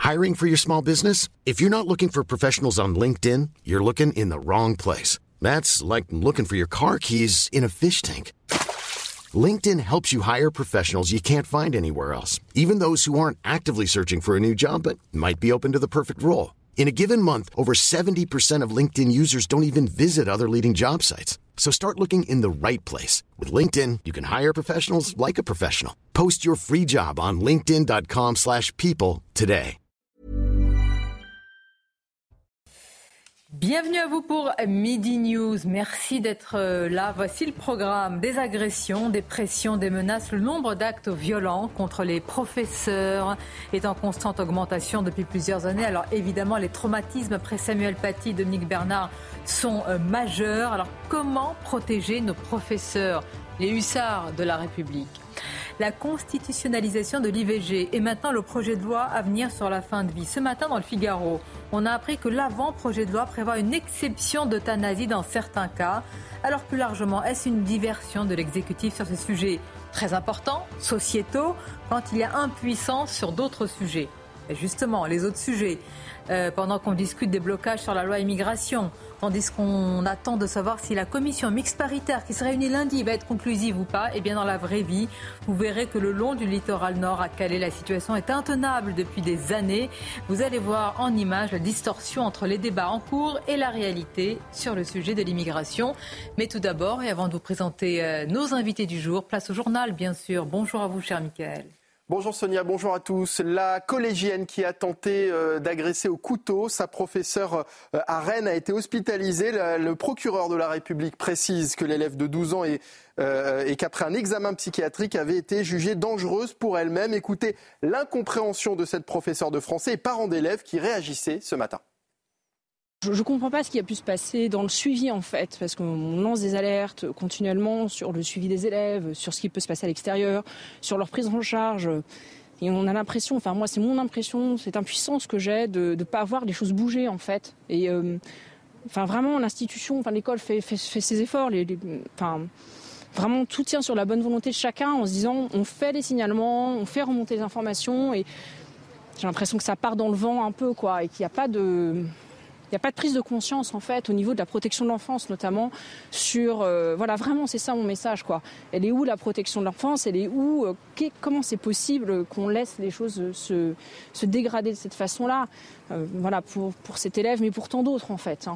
Hiring for your small business? If you're not looking for professionals on LinkedIn, you're looking in the wrong place. That's like looking for your car keys in a fish tank. LinkedIn helps you hire professionals you can't find anywhere else, even those who aren't actively searching for a new job but might be open to the perfect role. In a given month, over 70% of LinkedIn users don't even visit other leading job sites. So start looking in the right place. With LinkedIn, you can hire professionals like a professional. Post your free job on linkedin.com/people today. Bienvenue à vous pour Midi News. Merci d'être là. Voici le programme. Des agressions, des pressions, des menaces. Le nombre d'actes violents contre les professeurs est en constante augmentation depuis plusieurs années. Alors évidemment, les traumatismes après Samuel Paty, Dominique Bernard sont majeurs. Alors comment protéger nos professeurs, les hussards de la République ? La constitutionnalisation de l'IVG et maintenant le projet de loi à venir sur la fin de vie. Ce matin dans le Figaro, on a appris que l'avant-projet de loi prévoit une exception d'euthanasie dans certains cas. Alors plus largement, est-ce une diversion de l'exécutif sur ces sujets très importants, sociétaux, quand il y a impuissance sur d'autres sujets ? Et justement, les autres sujets, pendant qu'on discute des blocages sur la loi immigration, tandis qu'on attend de savoir si la commission mixte paritaire qui se réunit lundi va être conclusive ou pas, et bien dans la vraie vie, vous verrez que le long du littoral nord à Calais, la situation est intenable depuis des années. Vous allez voir en images la distorsion entre les débats en cours et la réalité sur le sujet de l'immigration. Mais tout d'abord, et avant de vous présenter nos invités du jour, place au journal bien sûr. Bonjour à vous, cher Mickaël. Bonjour Sonia, bonjour à tous. La collégienne qui a tenté d'agresser au couteau sa professeure à Rennes a été hospitalisée. Le procureur de la République précise que l'élève de 12 ans et qu'après un examen psychiatrique avait été jugée dangereuse pour elle-même. Écoutez l'incompréhension de cette professeure de français et parents d'élèves qui réagissaient ce matin. Je ne comprends pas ce qui a pu se passer dans le suivi en fait, parce qu'on lance des alertes continuellement sur le suivi des élèves, sur ce qui peut se passer à l'extérieur, sur leur prise en charge. Et on a l'impression, enfin moi c'est mon impression, cette impuissance que j'ai de ne pas voir les choses bouger en fait. Et enfin vraiment l'institution, enfin l'école fait ses efforts, vraiment tout tient sur la bonne volonté de chacun en se disant on fait les signalements, on fait remonter les informations et j'ai l'impression que ça part dans le vent un peu quoi et qu'il n'y a pas de... Il n'y a pas de prise de conscience en fait au niveau de la protection de l'enfance notamment sur voilà vraiment c'est ça mon message quoi. Elle est où la protection de l'enfance, elle est où comment c'est possible qu'on laisse les choses se dégrader de cette façon-là voilà pour cet élève mais pour tant d'autres en fait.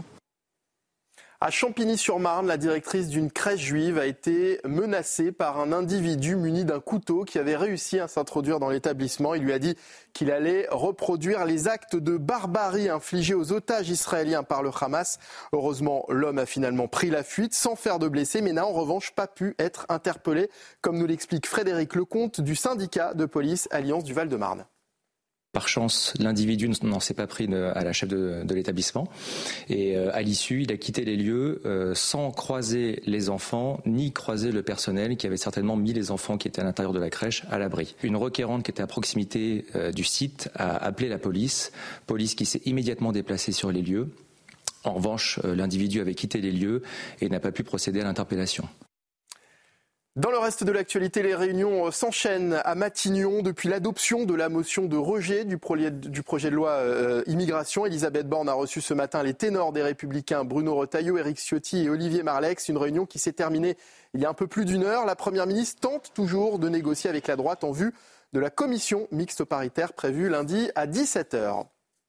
À Champigny-sur-Marne, la directrice d'une crèche juive a été menacée par un individu muni d'un couteau qui avait réussi à s'introduire dans l'établissement. Il lui a dit qu'il allait reproduire les actes de barbarie infligés aux otages israéliens par le Hamas. Heureusement, l'homme a finalement pris la fuite sans faire de blessés, mais n'a en revanche pas pu être interpellé, comme nous l'explique Frédéric Lecomte du syndicat de police Alliance du Val-de-Marne. Par chance, l'individu n'en s'est pas pris à la chef de l'établissement et à l'issue, il a quitté les lieux sans croiser les enfants ni croiser le personnel qui avait certainement mis les enfants qui étaient à l'intérieur de la crèche à l'abri. Une requérante qui était à proximité du site a appelé la police qui s'est immédiatement déplacée sur les lieux. En revanche, l'individu avait quitté les lieux et n'a pas pu procéder à l'interpellation. Dans le reste de l'actualité, les réunions s'enchaînent à Matignon depuis l'adoption de la motion de rejet du projet de loi immigration. Elisabeth Borne a reçu ce matin les ténors des Républicains Bruno Retailleau, Éric Ciotti et Olivier Marleix. Une réunion qui s'est terminée il y a un peu plus d'une heure. La Première ministre tente toujours de négocier avec la droite en vue de la commission mixte paritaire prévue lundi à 17h.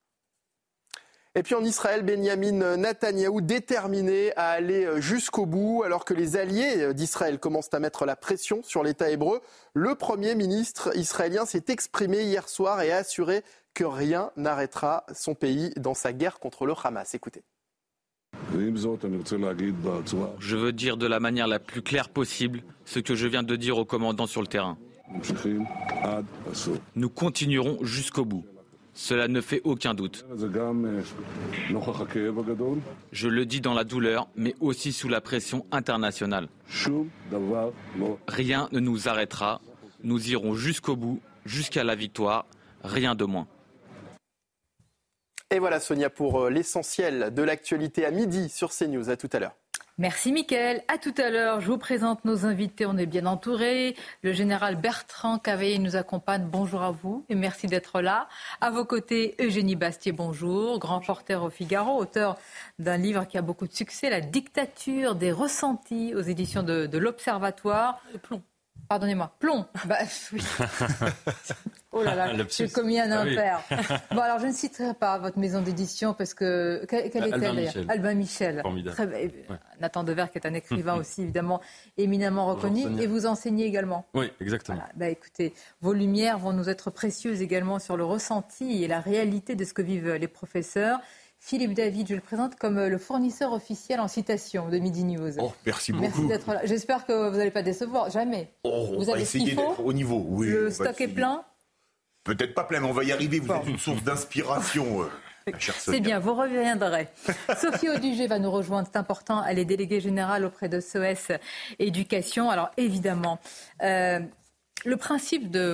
Et puis en Israël, Benyamin Netanyahou déterminé à aller jusqu'au bout alors que les alliés d'Israël commencent à mettre la pression sur l'État hébreu. Le Premier ministre israélien s'est exprimé hier soir et a assuré que rien n'arrêtera son pays dans sa guerre contre le Hamas. Écoutez. Je veux dire de la manière la plus claire possible ce que je viens de dire au commandant sur le terrain. Nous continuerons jusqu'au bout. Cela ne fait aucun doute. Je le dis dans la douleur, mais aussi sous la pression internationale. Rien ne nous arrêtera. Nous irons jusqu'au bout, jusqu'à la victoire, rien de moins. Et voilà Sonia pour l'essentiel de l'actualité à midi sur CNews. À tout à l'heure. Merci Mickaël. À tout à l'heure, je vous présente nos invités. On est bien entourés. Le général Bertrand Cavaillé nous accompagne. Bonjour à vous et merci d'être là. À vos côtés, Eugénie Bastier, bonjour. Grand reporter au Figaro, auteur d'un livre qui a beaucoup de succès, La dictature des ressentis, aux éditions de l'Observatoire. Plomb. Pardonnez-moi, plomb. Oui. Oh là là, j'ai commis un impair. Oui. Bon, alors je ne citerai pas votre maison d'édition parce que... Quelle est-elle ? Albin Michel. Très... Nathan Devers, qui est un écrivain aussi, évidemment, éminemment reconnu. Et vous enseignez également. Oui, exactement. Voilà. Écoutez, vos lumières vont nous être précieuses également sur le ressenti et la réalité de ce que vivent les professeurs. Philippe David, je le présente comme le fournisseur officiel en citation de Midi News. Oh, merci beaucoup. Merci d'être là. J'espère que vous n'allez pas décevoir, jamais. Vous avez essayer d'être au niveau. Oui, le stock est plein ? Peut-être pas plein, mais on va y arriver. Vous êtes une source d'inspiration, ma chère Sonia. C'est bien, vous reviendrez. Sophie Audugé va nous rejoindre, c'est important. Elle est déléguée générale auprès de SOS Éducation. Alors évidemment, le principe de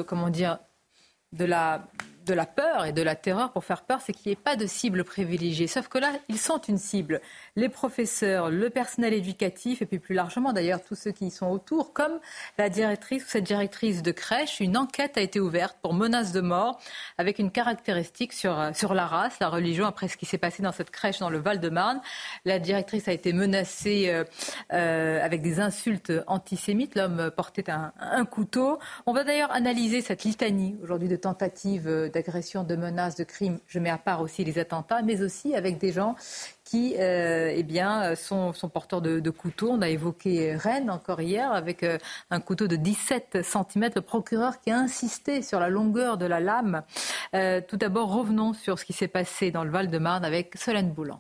la peur et de la terreur pour faire peur, c'est qu'il n'y ait pas de cible privilégiée. Sauf que là, ils sont une cible. Les professeurs, le personnel éducatif et puis plus largement d'ailleurs tous ceux qui y sont autour, comme la directrice ou cette directrice de crèche. Une enquête a été ouverte pour menace de mort avec une caractéristique sur la race, la religion, après ce qui s'est passé dans cette crèche dans le Val-de-Marne. La directrice a été menacée avec des insultes antisémites. L'homme portait un couteau. On va d'ailleurs analyser cette litanie aujourd'hui de tentatives d'agression, de menaces, de crimes. Je mets à part aussi les attentats, mais aussi avec des gens qui sont porteurs de couteaux. On a évoqué Rennes encore hier avec un couteau de 17 cm. Le procureur qui a insisté sur la longueur de la lame. Tout d'abord, revenons sur ce qui s'est passé dans le Val-de-Marne avec Solène Boulan.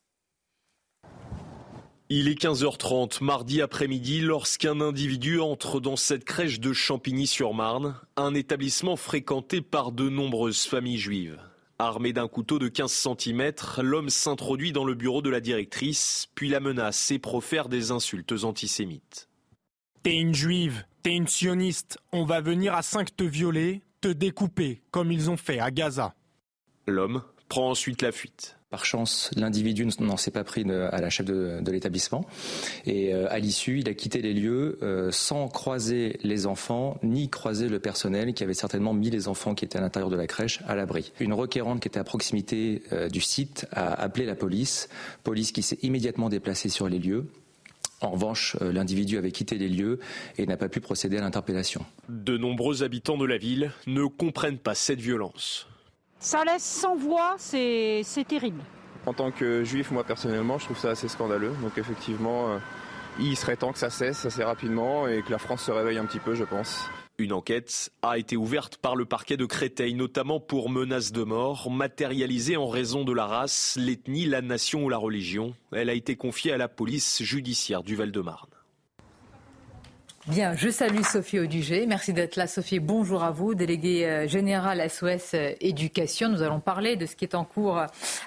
Il est 15h30, mardi après-midi, lorsqu'un individu entre dans cette crèche de Champigny-sur-Marne, un établissement fréquenté par de nombreuses familles juives. Armé d'un couteau de 15 cm, l'homme s'introduit dans le bureau de la directrice, puis la menace et profère des insultes antisémites. T'es une juive, t'es une sioniste, on va venir à 5 te violer, te découper, comme ils ont fait à Gaza. L'homme prend ensuite la fuite. Par chance, l'individu n'en s'est pas pris à la chef de l'établissement. Et à l'issue, il a quitté les lieux sans croiser les enfants, ni croiser le personnel qui avait certainement mis les enfants qui étaient à l'intérieur de la crèche à l'abri. Une requérante qui était à proximité du site a appelé la police qui s'est immédiatement déplacée sur les lieux. En revanche, l'individu avait quitté les lieux et n'a pas pu procéder à l'interpellation. De nombreux habitants de la ville ne comprennent pas cette violence. Ça laisse sans voix, c'est terrible. En tant que juif, moi personnellement, je trouve ça assez scandaleux. Donc effectivement, il serait temps que ça cesse assez rapidement et que la France se réveille un petit peu, je pense. Une enquête a été ouverte par le parquet de Créteil, notamment pour menaces de mort, matérialisées en raison de la race, l'ethnie, la nation ou la religion. Elle a été confiée à la police judiciaire du Val-de-Marne. Bien, je salue Sophie Audugé. Merci d'être là, Sophie. Bonjour à vous, déléguée générale SOS Éducation. Nous allons parler de ce qui est en cours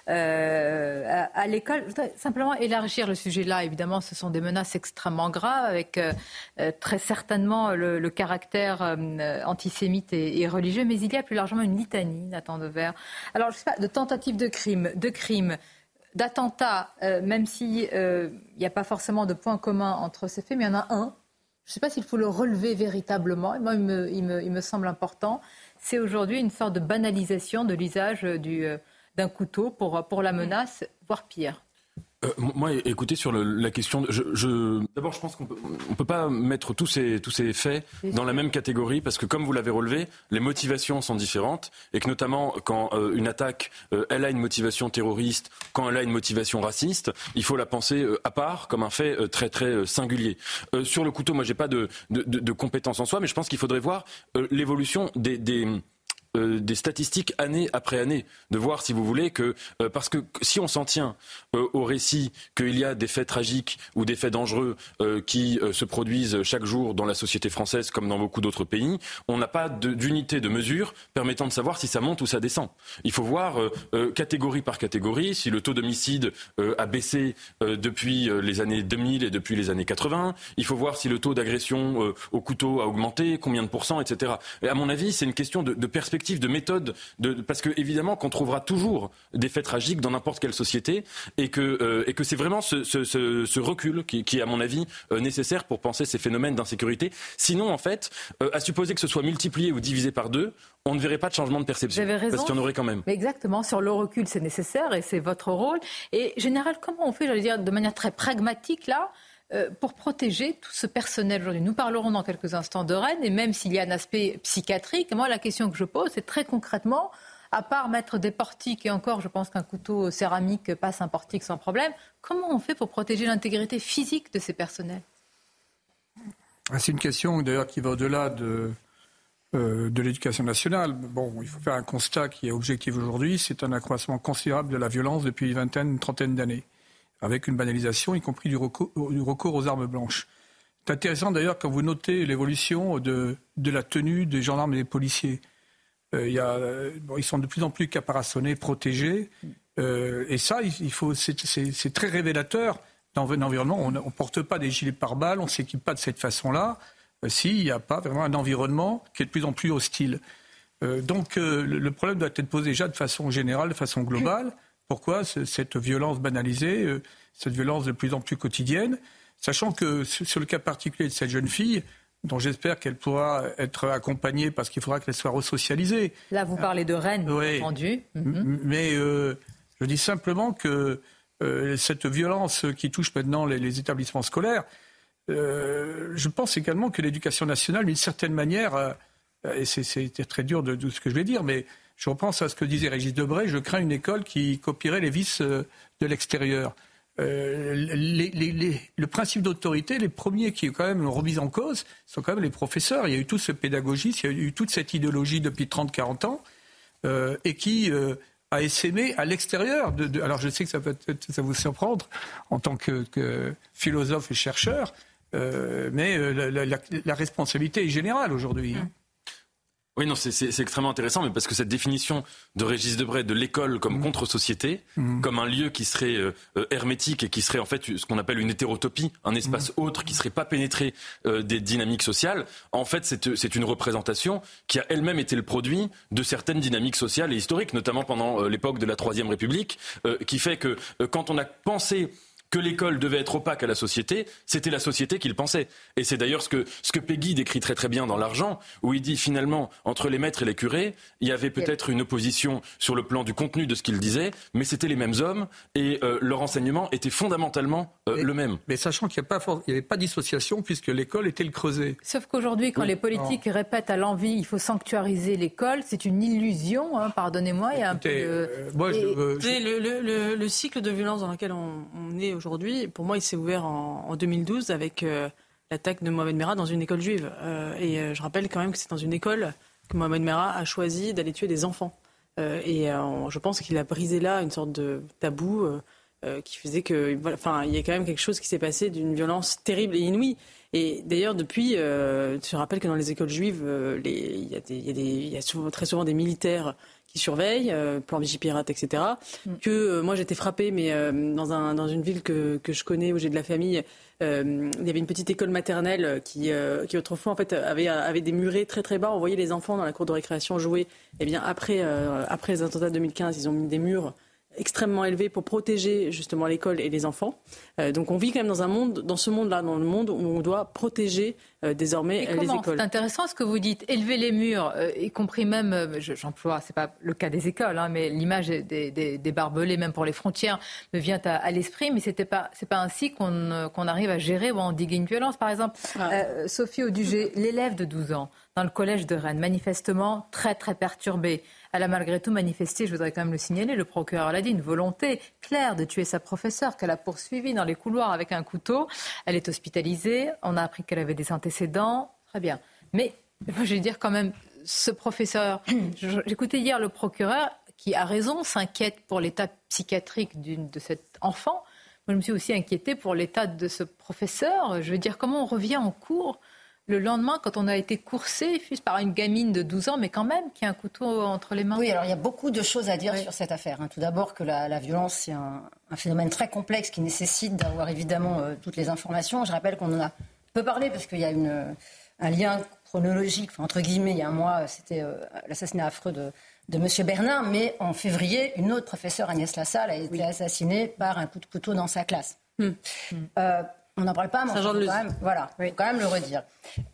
à l'école. Je voudrais simplement élargir le sujet là. Évidemment, ce sont des menaces extrêmement graves avec très certainement le caractère antisémite et religieux. Mais il y a plus largement une litanie, Nathan Devers. Alors, je sais pas, de tentatives de crimes, d'attentats, même s'il n'y a pas forcément de point commun entre ces faits, mais il y en a un. Je ne sais pas s'il faut le relever véritablement. Moi, il me semble important. C'est aujourd'hui une sorte de banalisation de l'usage d'un couteau pour la menace, voire pire. Moi, écoutez, sur la question, d'abord, je pense qu'on peut pas mettre tous ces faits dans la même catégorie parce que, comme vous l'avez relevé, les motivations sont différentes et que notamment quand une attaque, elle a une motivation terroriste, quand elle a une motivation raciste, il faut la penser à part comme un fait très très singulier. Sur le couteau, moi, j'ai pas de compétences en soi, mais je pense qu'il faudrait voir l'évolution des statistiques année après année, de voir si vous voulez que parce que si on s'en tient au récit qu'il y a des faits tragiques ou des faits dangereux qui se produisent chaque jour dans la société française comme dans beaucoup d'autres pays, on n'a pas d'unité de mesure permettant de savoir si ça monte ou ça descend. Il faut voir catégorie par catégorie si le taux d'homicide a baissé depuis les années 2000 et depuis les années 80. Il faut voir si le taux d'agression au couteau a augmenté, combien de pourcents, etc. Et à mon avis, c'est une question de perspective. perspective de méthode, parce que évidemment qu'on trouvera toujours des faits tragiques dans n'importe quelle société, et que c'est vraiment ce recul qui est à mon avis nécessaire pour penser ces phénomènes d'insécurité. Sinon, en fait, à supposer que ce soit multiplié ou divisé par 2, on ne verrait pas de changement de perception. Vous avez raison. Parce qu'il y en aurait quand même. Mais exactement, sur le recul, c'est nécessaire et c'est votre rôle. Et général, comment on fait, j'allais dire, de manière très pragmatique, là, pour protéger tout ce personnel aujourd'hui? Nous parlerons dans quelques instants de Rennes, et même s'il y a un aspect psychiatrique, moi, la question que je pose, c'est très concrètement, à part mettre des portiques, et encore, je pense qu'un couteau céramique passe un portique sans problème, comment on fait pour protéger l'intégrité physique de ces personnels? C'est une question, d'ailleurs, qui va au-delà de l'éducation nationale. Bon, il faut faire un constat qui est objectif aujourd'hui, c'est un accroissement considérable de la violence depuis une trentaine d'années, avec une banalisation, y compris du recours aux armes blanches. C'est intéressant d'ailleurs quand vous notez l'évolution de la tenue des gendarmes et des policiers. Ils sont de plus en plus caparaçonnés, protégés, et ça, c'est très révélateur dans un environnement. On ne porte pas des gilets pare-balles, on ne s'équipe pas de cette façon-là, s'il n'y a pas vraiment un environnement qui est de plus en plus hostile. Donc le problème doit être posé déjà de façon générale, de façon globale. Pourquoi cette violence banalisée, cette violence de plus en plus quotidienne, sachant que sur le cas particulier de cette jeune fille, dont j'espère qu'elle pourra être accompagnée parce qu'il faudra qu'elle soit resocialisée. Là, vous parlez de Rennes, bien entendu. Mais je dis simplement que cette violence qui touche maintenant les établissements scolaires, je pense également que l'éducation nationale, d'une certaine manière, et c'est très dur de ce que je vais dire, mais je repense à ce que disait Régis Debray, je crains une école qui copierait les vices de l'extérieur. Le principe d'autorité, les premiers qui ont quand même remis en cause, sont quand même les professeurs. Il y a eu tout ce pédagogisme, il y a eu toute cette idéologie depuis 30-40 ans, et qui a essaimé à l'extérieur. Alors je sais que ça peut vous surprendre en tant que philosophe et chercheur, mais la responsabilité est générale aujourd'hui. Oui, non, c'est extrêmement intéressant, mais parce que cette définition de Régis Debray de l'école comme contre-société, comme un lieu qui serait hermétique et qui serait en fait ce qu'on appelle une hétérotopie, un espace autre qui serait pas pénétré des dynamiques sociales, en fait c'est une représentation qui a elle-même été le produit de certaines dynamiques sociales et historiques, notamment pendant l'époque de la Troisième République, qui fait que quand on a pensé que l'école devait être opaque à la société, c'était la société qui le pensait. Et c'est d'ailleurs ce que Péguy décrit très très bien dans L'Argent, où il dit finalement, entre les maîtres et les curés, il y avait peut-être une opposition sur le plan du contenu de ce qu'ils disaient, mais c'était les mêmes hommes, et leur enseignement était fondamentalement le même. Mais sachant qu'il n'y avait pas dissociation, puisque l'école était le creuset. Sauf qu'aujourd'hui, quand les politiques répètent à l'envi, il faut sanctuariser l'école, c'est une illusion, pardonnez-moi. Il y a un peu le cycle de violence dans lequel on est aujourd'hui, pour moi, il s'est ouvert en 2012 avec l'attaque de Mohamed Merah dans une école juive. Et je rappelle quand même que c'est dans une école que Mohamed Merah a choisi d'aller tuer des enfants. Je pense qu'il a brisé là une sorte de tabou qui faisait que, il y a quand même quelque chose qui s'est passé d'une violence terrible et inouïe. Et d'ailleurs, depuis, je rappelle que dans les écoles juives, il y a très souvent des militaires qui surveillent, plan Vigipirate, etc. Moi, j'étais frappée, mais dans une ville que je connais, où j'ai de la famille, il y avait une petite école maternelle qui autrefois en fait avait des murets très très bas. On voyait les enfants dans la cour de récréation jouer. Et bien après les attentats de 2015, ils ont mis des murs extrêmement élevés pour protéger justement l'école et les enfants. Donc on vit quand même dans ce monde-là, dans le monde où on doit protéger désormais les écoles. C'est intéressant ce que vous dites, élever les murs, y compris même, j'emploie, c'est pas le cas des écoles, mais l'image des barbelés, même pour les frontières, me vient à l'esprit, mais c'est pas ainsi qu'on arrive à gérer ou à endiguer une violence. Par exemple, Sophie Audugé, l'élève de 12 ans dans le collège de Rennes, manifestement très très perturbée. Elle a malgré tout manifesté, je voudrais quand même le signaler, le procureur l'a dit, une volonté claire de tuer sa professeure qu'elle a poursuivie dans les couloirs avec un couteau. Elle est hospitalisée, on a appris qu'elle avait des antécédents, très bien. Mais moi je vais dire quand même, ce professeur, j'écoutais hier le procureur qui a raison, s'inquiète pour l'état psychiatrique de cet enfant. Moi je me suis aussi inquiétée pour l'état de ce professeur. Je veux dire, comment on revient en cours le lendemain, quand on a été coursé, fût-ce par une gamine de 12 ans, mais quand même, qui a un couteau entre les mains. Oui, alors il y a beaucoup de choses à dire sur cette affaire. Tout d'abord que la violence, c'est un phénomène très complexe qui nécessite d'avoir évidemment toutes les informations. Je rappelle qu'on en a peu parlé parce qu'il y a un lien chronologique, entre guillemets, il y a un mois, c'était l'assassinat affreux de M. Bernard, mais en février, une autre professeure, Agnès Lassalle, a été assassinée par un coup de couteau dans sa classe. On n'en parle pas, mais faut quand même le redire.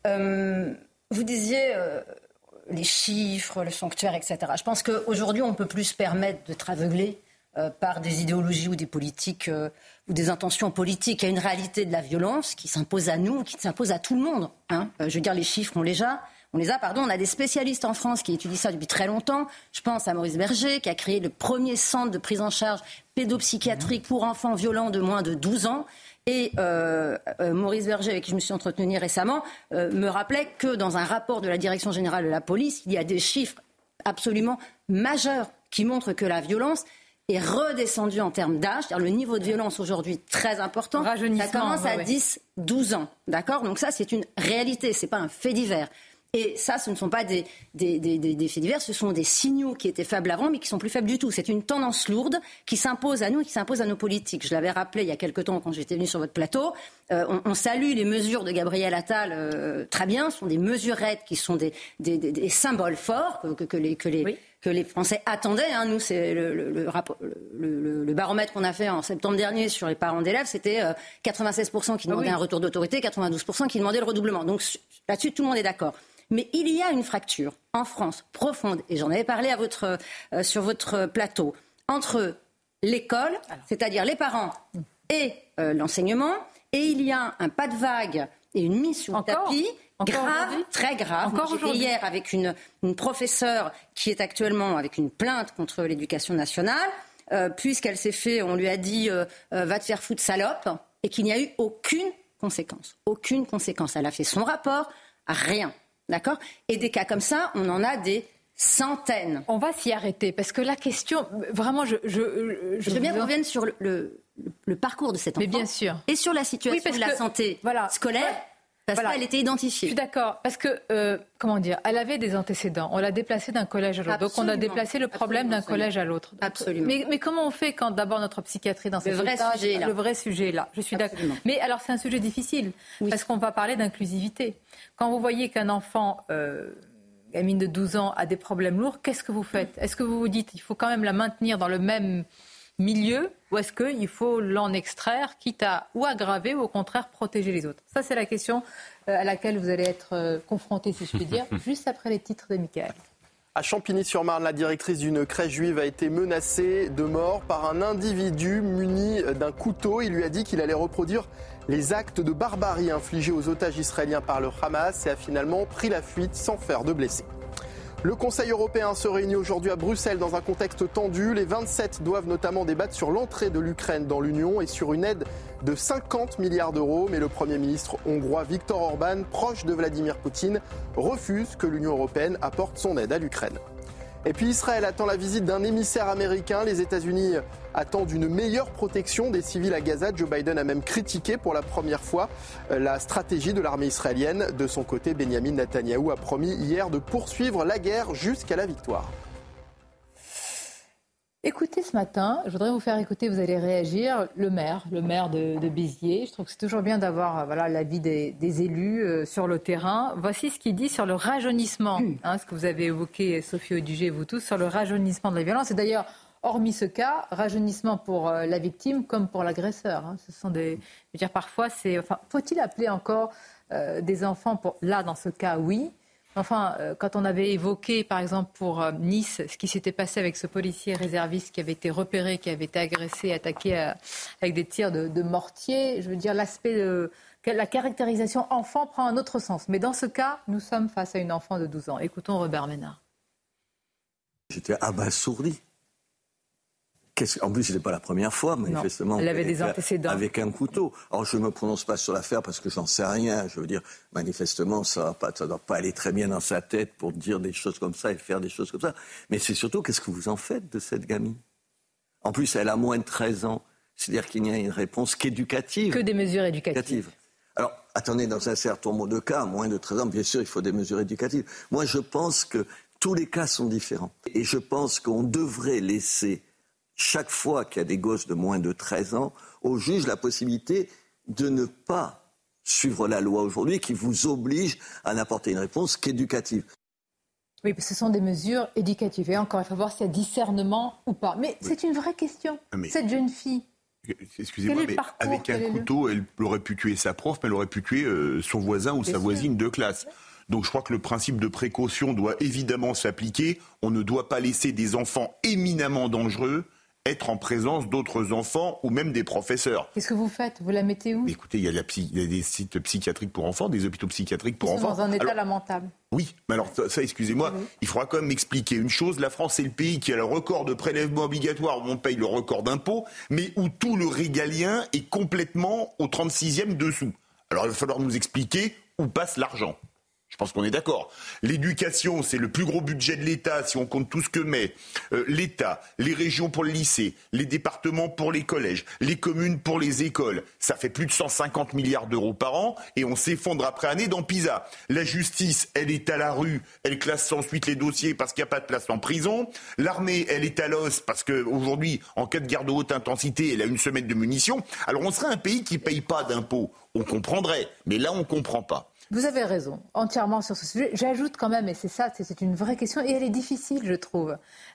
Vous disiez les chiffres, le sanctuaire, etc. Je pense qu'aujourd'hui, on ne peut plus se permettre d'être aveuglé par des idéologies ou des politiques ou des intentions politiques. Il y a une réalité de la violence qui s'impose à nous, qui s'impose à tout le monde. Je veux dire, les chiffres, on les a. On a des spécialistes en France qui étudient ça depuis très longtemps. Je pense à Maurice Berger, qui a créé le premier centre de prise en charge pédopsychiatrique pour enfants violents de moins de 12 ans. Et Maurice Berger, avec qui je me suis entretenue récemment, me rappelait que dans un rapport de la Direction générale de la police, il y a des chiffres absolument majeurs qui montrent que la violence est redescendue en termes d'âge. C'est-à-dire le niveau de violence aujourd'hui très important. Ça commence à 10-12 ans. D'accord ? Donc ça, c'est une réalité, ce n'est pas un fait divers. Et ça, ce ne sont pas des faits divers, ce sont des signaux qui étaient faibles avant, mais qui sont plus faibles du tout. C'est une tendance lourde qui s'impose à nous et qui s'impose à nos politiques. Je l'avais rappelé il y a quelque temps quand j'étais venue sur votre plateau. On salue les mesures de Gabriel Attal, très bien. Ce sont des mesurettes qui sont des symboles forts que les Français attendaient. Nous, c'est le baromètre qu'on a fait en septembre dernier sur les parents d'élèves, c'était 96% qui demandaient un retour d'autorité, 92% qui demandaient le redoublement. Donc là-dessus, tout le monde est d'accord. Mais il y a une fracture en France profonde, et j'en avais parlé sur votre plateau, entre l'école, c'est-à-dire les parents, et l'enseignement, et il y a un pas de vague et une mise sous le tapis grave, très grave. J'étais hier avec une professeure qui est actuellement avec une plainte contre l'éducation nationale, puisqu'elle s'est fait, on lui a dit va te faire foutre salope, et qu'il n'y a eu aucune conséquence. Aucune conséquence. Elle a fait son rapport, rien. D'accord ? Et des cas comme ça, on en a des centaines. On va s'y arrêter, parce que la question, vraiment, je veux bien qu'on revienne sur le parcours de cet enfant. Mais bien sûr. Et sur la situation de la santé scolaire. Parce qu'elle était identifiée. Je suis d'accord. Parce que, elle avait des antécédents. On l'a déplacée d'un collège à l'autre. Donc, on a déplacé le problème d'un collège à l'autre. Absolument. Mais comment on fait quand, d'abord, notre psychiatrie dans cette le vrai sujet est là. Je suis d'accord. Mais alors, c'est un sujet difficile. Parce qu'on va parler d'inclusivité. Quand vous voyez qu'un enfant, gamine de 12 ans, a des problèmes lourds, qu'est-ce que vous faites ? Est-ce que vous vous dites, il faut quand même la maintenir dans le même milieu, ou est-ce qu'il faut l'en extraire, quitte à ou aggraver ou au contraire protéger les autres ? Ça, c'est la question à laquelle vous allez être confrontés, si je puis dire, juste après les titres de Mickaël. À Champigny-sur-Marne, la directrice d'une crèche juive a été menacée de mort par un individu muni d'un couteau. Il lui a dit qu'il allait reproduire les actes de barbarie infligés aux otages israéliens par le Hamas et a finalement pris la fuite sans faire de blessés. Le Conseil européen se réunit aujourd'hui à Bruxelles dans un contexte tendu. Les 27 doivent notamment débattre sur l'entrée de l'Ukraine dans l'Union et sur une aide de 50 milliards d'euros. Mais le Premier ministre hongrois Viktor Orban, proche de Vladimir Poutine, refuse que l'Union européenne apporte son aide à l'Ukraine. Et puis Israël attend la visite d'un émissaire américain. Les États-Unis attendent une meilleure protection des civils à Gaza. Joe Biden a même critiqué pour la première fois la stratégie de l'armée israélienne. De son côté, Benyamin Netanyahou a promis hier de poursuivre la guerre jusqu'à la victoire. Écoutez, ce matin, je voudrais vous faire écouter, vous allez réagir, le maire de Béziers. Je trouve que c'est toujours bien d'avoir l'avis des élus sur le terrain. Voici ce qu'il dit sur le rajeunissement, ce que vous avez évoqué, Sophie Audugé et vous tous, sur le rajeunissement de la violence. Et d'ailleurs, hormis ce cas, rajeunissement pour la victime comme pour l'agresseur. Ce sont je veux dire, parfois, faut-il appeler encore des enfants là, dans ce cas, oui. Enfin, quand on avait évoqué, par exemple, pour Nice, ce qui s'était passé avec ce policier réserviste qui avait été repéré, qui avait été agressé, attaqué avec des tirs de mortier, je veux dire, la caractérisation enfant prend un autre sens. Mais dans ce cas, nous sommes face à une enfant de 12 ans. Écoutons Robert Ménard. J'étais abasourdi. En plus, ce n'était pas la première fois, manifestement. Non, elle avait des antécédents. Avec un couteau. Alors, je ne me prononce pas sur l'affaire parce que j'en sais rien. Je veux dire, manifestement, ça ne doit pas aller très bien dans sa tête pour dire des choses comme ça et faire des choses comme ça. Mais c'est surtout, qu'est-ce que vous en faites de cette gamine ? En plus, elle a moins de 13 ans. C'est-à-dire qu'il n'y a une réponse qu'éducative. Que des mesures éducatives. Alors, attendez, dans un certain nombre de cas, moins de 13 ans, bien sûr, il faut des mesures éducatives. Moi, je pense que tous les cas sont différents. Et je pense qu'on devrait laisser, chaque fois qu'il y a des gosses de moins de 13 ans, au juge la possibilité de ne pas suivre la loi aujourd'hui qui vous oblige à n'apporter une réponse qu'éducative. Oui, ce sont des mesures éducatives. Et encore, il faut voir s'il y a discernement ou pas. Mais c'est une vraie question. Cette jeune fille, excusez-moi, mais avec un couteau, elle aurait pu tuer sa prof, mais elle aurait pu tuer son voisin ou sa voisine de classe. Donc je crois que le principe de précaution doit évidemment s'appliquer. On ne doit pas laisser des enfants éminemment dangereux être en présence d'autres enfants ou même des professeurs. Qu'est-ce que vous faites ? Vous la mettez où ? Écoutez, il y a des sites psychiatriques pour enfants, des hôpitaux psychiatriques pour enfants. Dans un état lamentable. Oui, mais alors ça, excusez-moi, il faudra quand même m'expliquer une chose. La France est le pays qui a le record de prélèvements obligatoires, où on paye le record d'impôts, mais où tout le régalien est complètement au 36e dessous. Alors il va falloir nous expliquer où passe l'argent. Je pense qu'on est d'accord. L'éducation, c'est le plus gros budget de l'État, si on compte tout ce que met l'État, les régions pour le lycée, les départements pour les collèges, les communes pour les écoles. Ça fait plus de 150 milliards d'euros par an et on s'effondre après année dans PISA. La justice, elle est à la rue, elle classe sans suite les dossiers parce qu'il n'y a pas de place en prison. L'armée, elle est à l'os parce qu'aujourd'hui, en cas de guerre de haute intensité, elle a 1 semaine de munitions. Alors on serait un pays qui ne paye pas d'impôts. On comprendrait, mais là on ne comprend pas. Vous avez raison, entièrement sur ce sujet. J'ajoute quand même, et c'est une vraie question, et elle est difficile, je trouve.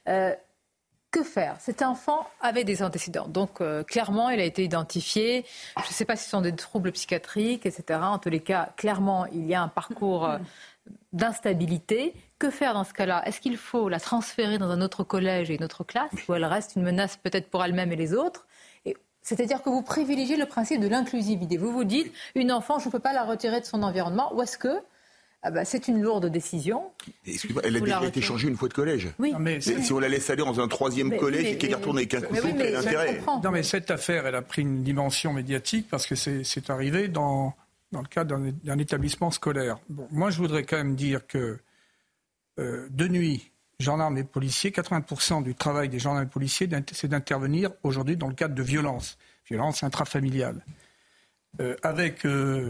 Que faire ? Cet enfant avait des antécédents. Donc, clairement, il a été identifié. Je ne sais pas si ce sont des troubles psychiatriques, etc. En tous les cas, clairement, il y a un parcours d'instabilité. Que faire dans ce cas-là ? Est-ce qu'il faut la transférer dans un autre collège et une autre classe, où elle reste une menace peut-être pour elle-même et les autres ? C'est-à-dire que vous privilégiez le principe de l'inclusivité. Vous vous dites, une enfant, je ne peux pas la retirer de son environnement. Ou est-ce que c'est une lourde décision ? Excusez-moi, elle a déjà été changée une fois de collège. Oui. Si on la laisse aller dans un 3e collège et qu'elle y retourne avec un couteau, quel intérêt ? Non, mais cette affaire, elle a pris une dimension médiatique parce que c'est arrivé dans le cadre d'un établissement scolaire. Bon, moi, je voudrais quand même dire que de nuit, gendarmes et policiers, 80% du travail des gendarmes et policiers, c'est d'intervenir aujourd'hui dans le cadre de violences intrafamiliales, avec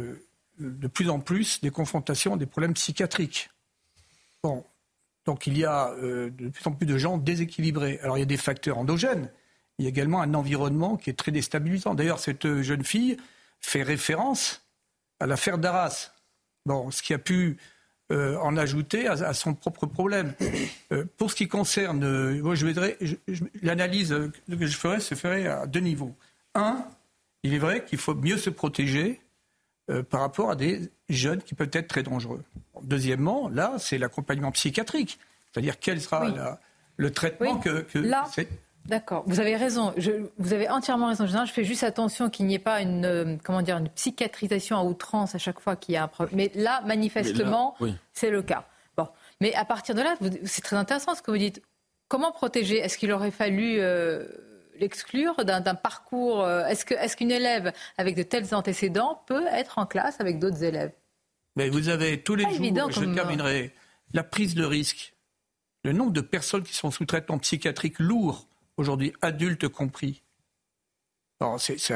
de plus en plus des confrontations, des problèmes psychiatriques. Bon, donc il y a de plus en plus de gens déséquilibrés. Alors il y a des facteurs endogènes, il y a également un environnement qui est très déstabilisant. D'ailleurs, cette jeune fille fait référence à l'affaire d'Arras. Bon, ce qui a pu en ajouter à son propre problème. Pour ce qui concerne, moi l'analyse que je ferai se ferait à 2 niveaux. 1, il est vrai qu'il faut mieux se protéger par rapport à des jeunes qui peuvent être très dangereux. Deuxièmement, là, c'est l'accompagnement psychiatrique. C'est-à-dire quel sera le traitement que là, d'accord, vous avez raison. Vous avez entièrement raison. Je fais juste attention qu'il n'y ait pas une psychiatrisation à outrance à chaque fois qu'il y a un problème. Mais là, manifestement, c'est le cas. Bon. Mais à partir de là, c'est très intéressant ce que vous dites. Comment protéger ? Est-ce qu'il aurait fallu l'exclure d'un parcours ? Est-ce qu'une élève avec de tels antécédents peut être en classe avec d'autres élèves ? Mais vous avez tous les jours, je terminerai, la prise de risque. Le nombre de personnes qui sont sous traitement psychiatrique lourd, aujourd'hui, adultes compris. Alors, c'est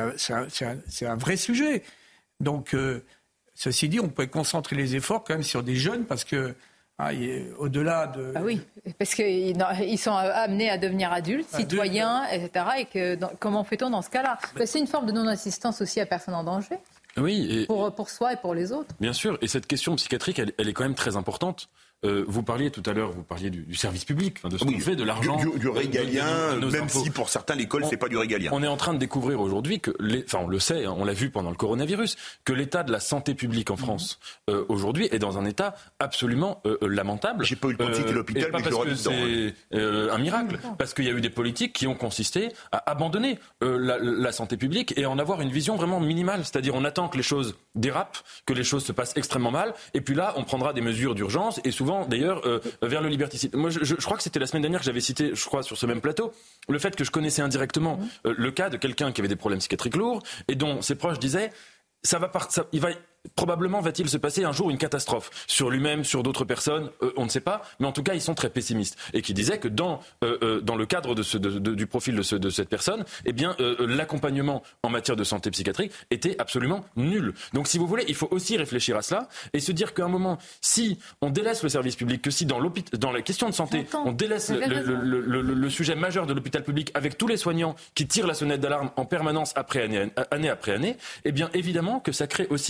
un vrai sujet. Donc, ceci dit, on peut concentrer les efforts quand même sur des jeunes parce que, au-delà de... Ah oui, parce qu'ils sont amenés à devenir adultes, citoyens, etc. Et comment fait-on dans ce cas-là ? C'est une forme de non-assistance aussi à personne en danger. Oui. Pour soi et pour les autres. Bien sûr. Et cette question psychiatrique, elle est quand même très importante. Vous parliez tout à l'heure, du service public, de ce qu'on fait, de l'argent, du régalien, de même impôts. Si pour certains l'école c'est pas du régalien. On est en train de découvrir aujourd'hui que, on le sait, on l'a vu pendant le coronavirus, que l'état de la santé publique en France aujourd'hui est dans un état absolument lamentable. J'ai pas eu le temps de citer l'hôpital, mais je l'aurais dit dedans. C'est un miracle, parce qu'il y a eu des politiques qui ont consisté à abandonner la santé publique et en avoir une vision vraiment minimale, c'est-à-dire on attend que les choses dérapent, que les choses se passent extrêmement mal, et puis là on prendra des mesures d'urgence et souvent d'ailleurs vers le liberticide. Moi je crois que c'était la semaine dernière que j'avais cité, je crois sur ce même plateau, le fait que je connaissais indirectement le cas de quelqu'un qui avait des problèmes psychiatriques lourds et dont ses proches disaient probablement va-t-il se passer un jour une catastrophe sur lui-même, sur d'autres personnes, on ne sait pas, mais en tout cas ils sont très pessimistes et qui disaient que dans le cadre du profil de cette personne, eh bien l'accompagnement en matière de santé psychiatrique était absolument nul. Donc si vous voulez, il faut aussi réfléchir à cela et se dire qu'à un moment, si on délaisse le service public, que si dans la question de santé, on délaisse le sujet majeur de l'hôpital public avec tous les soignants qui tirent la sonnette d'alarme en permanence année après année, eh bien évidemment que ça crée aussi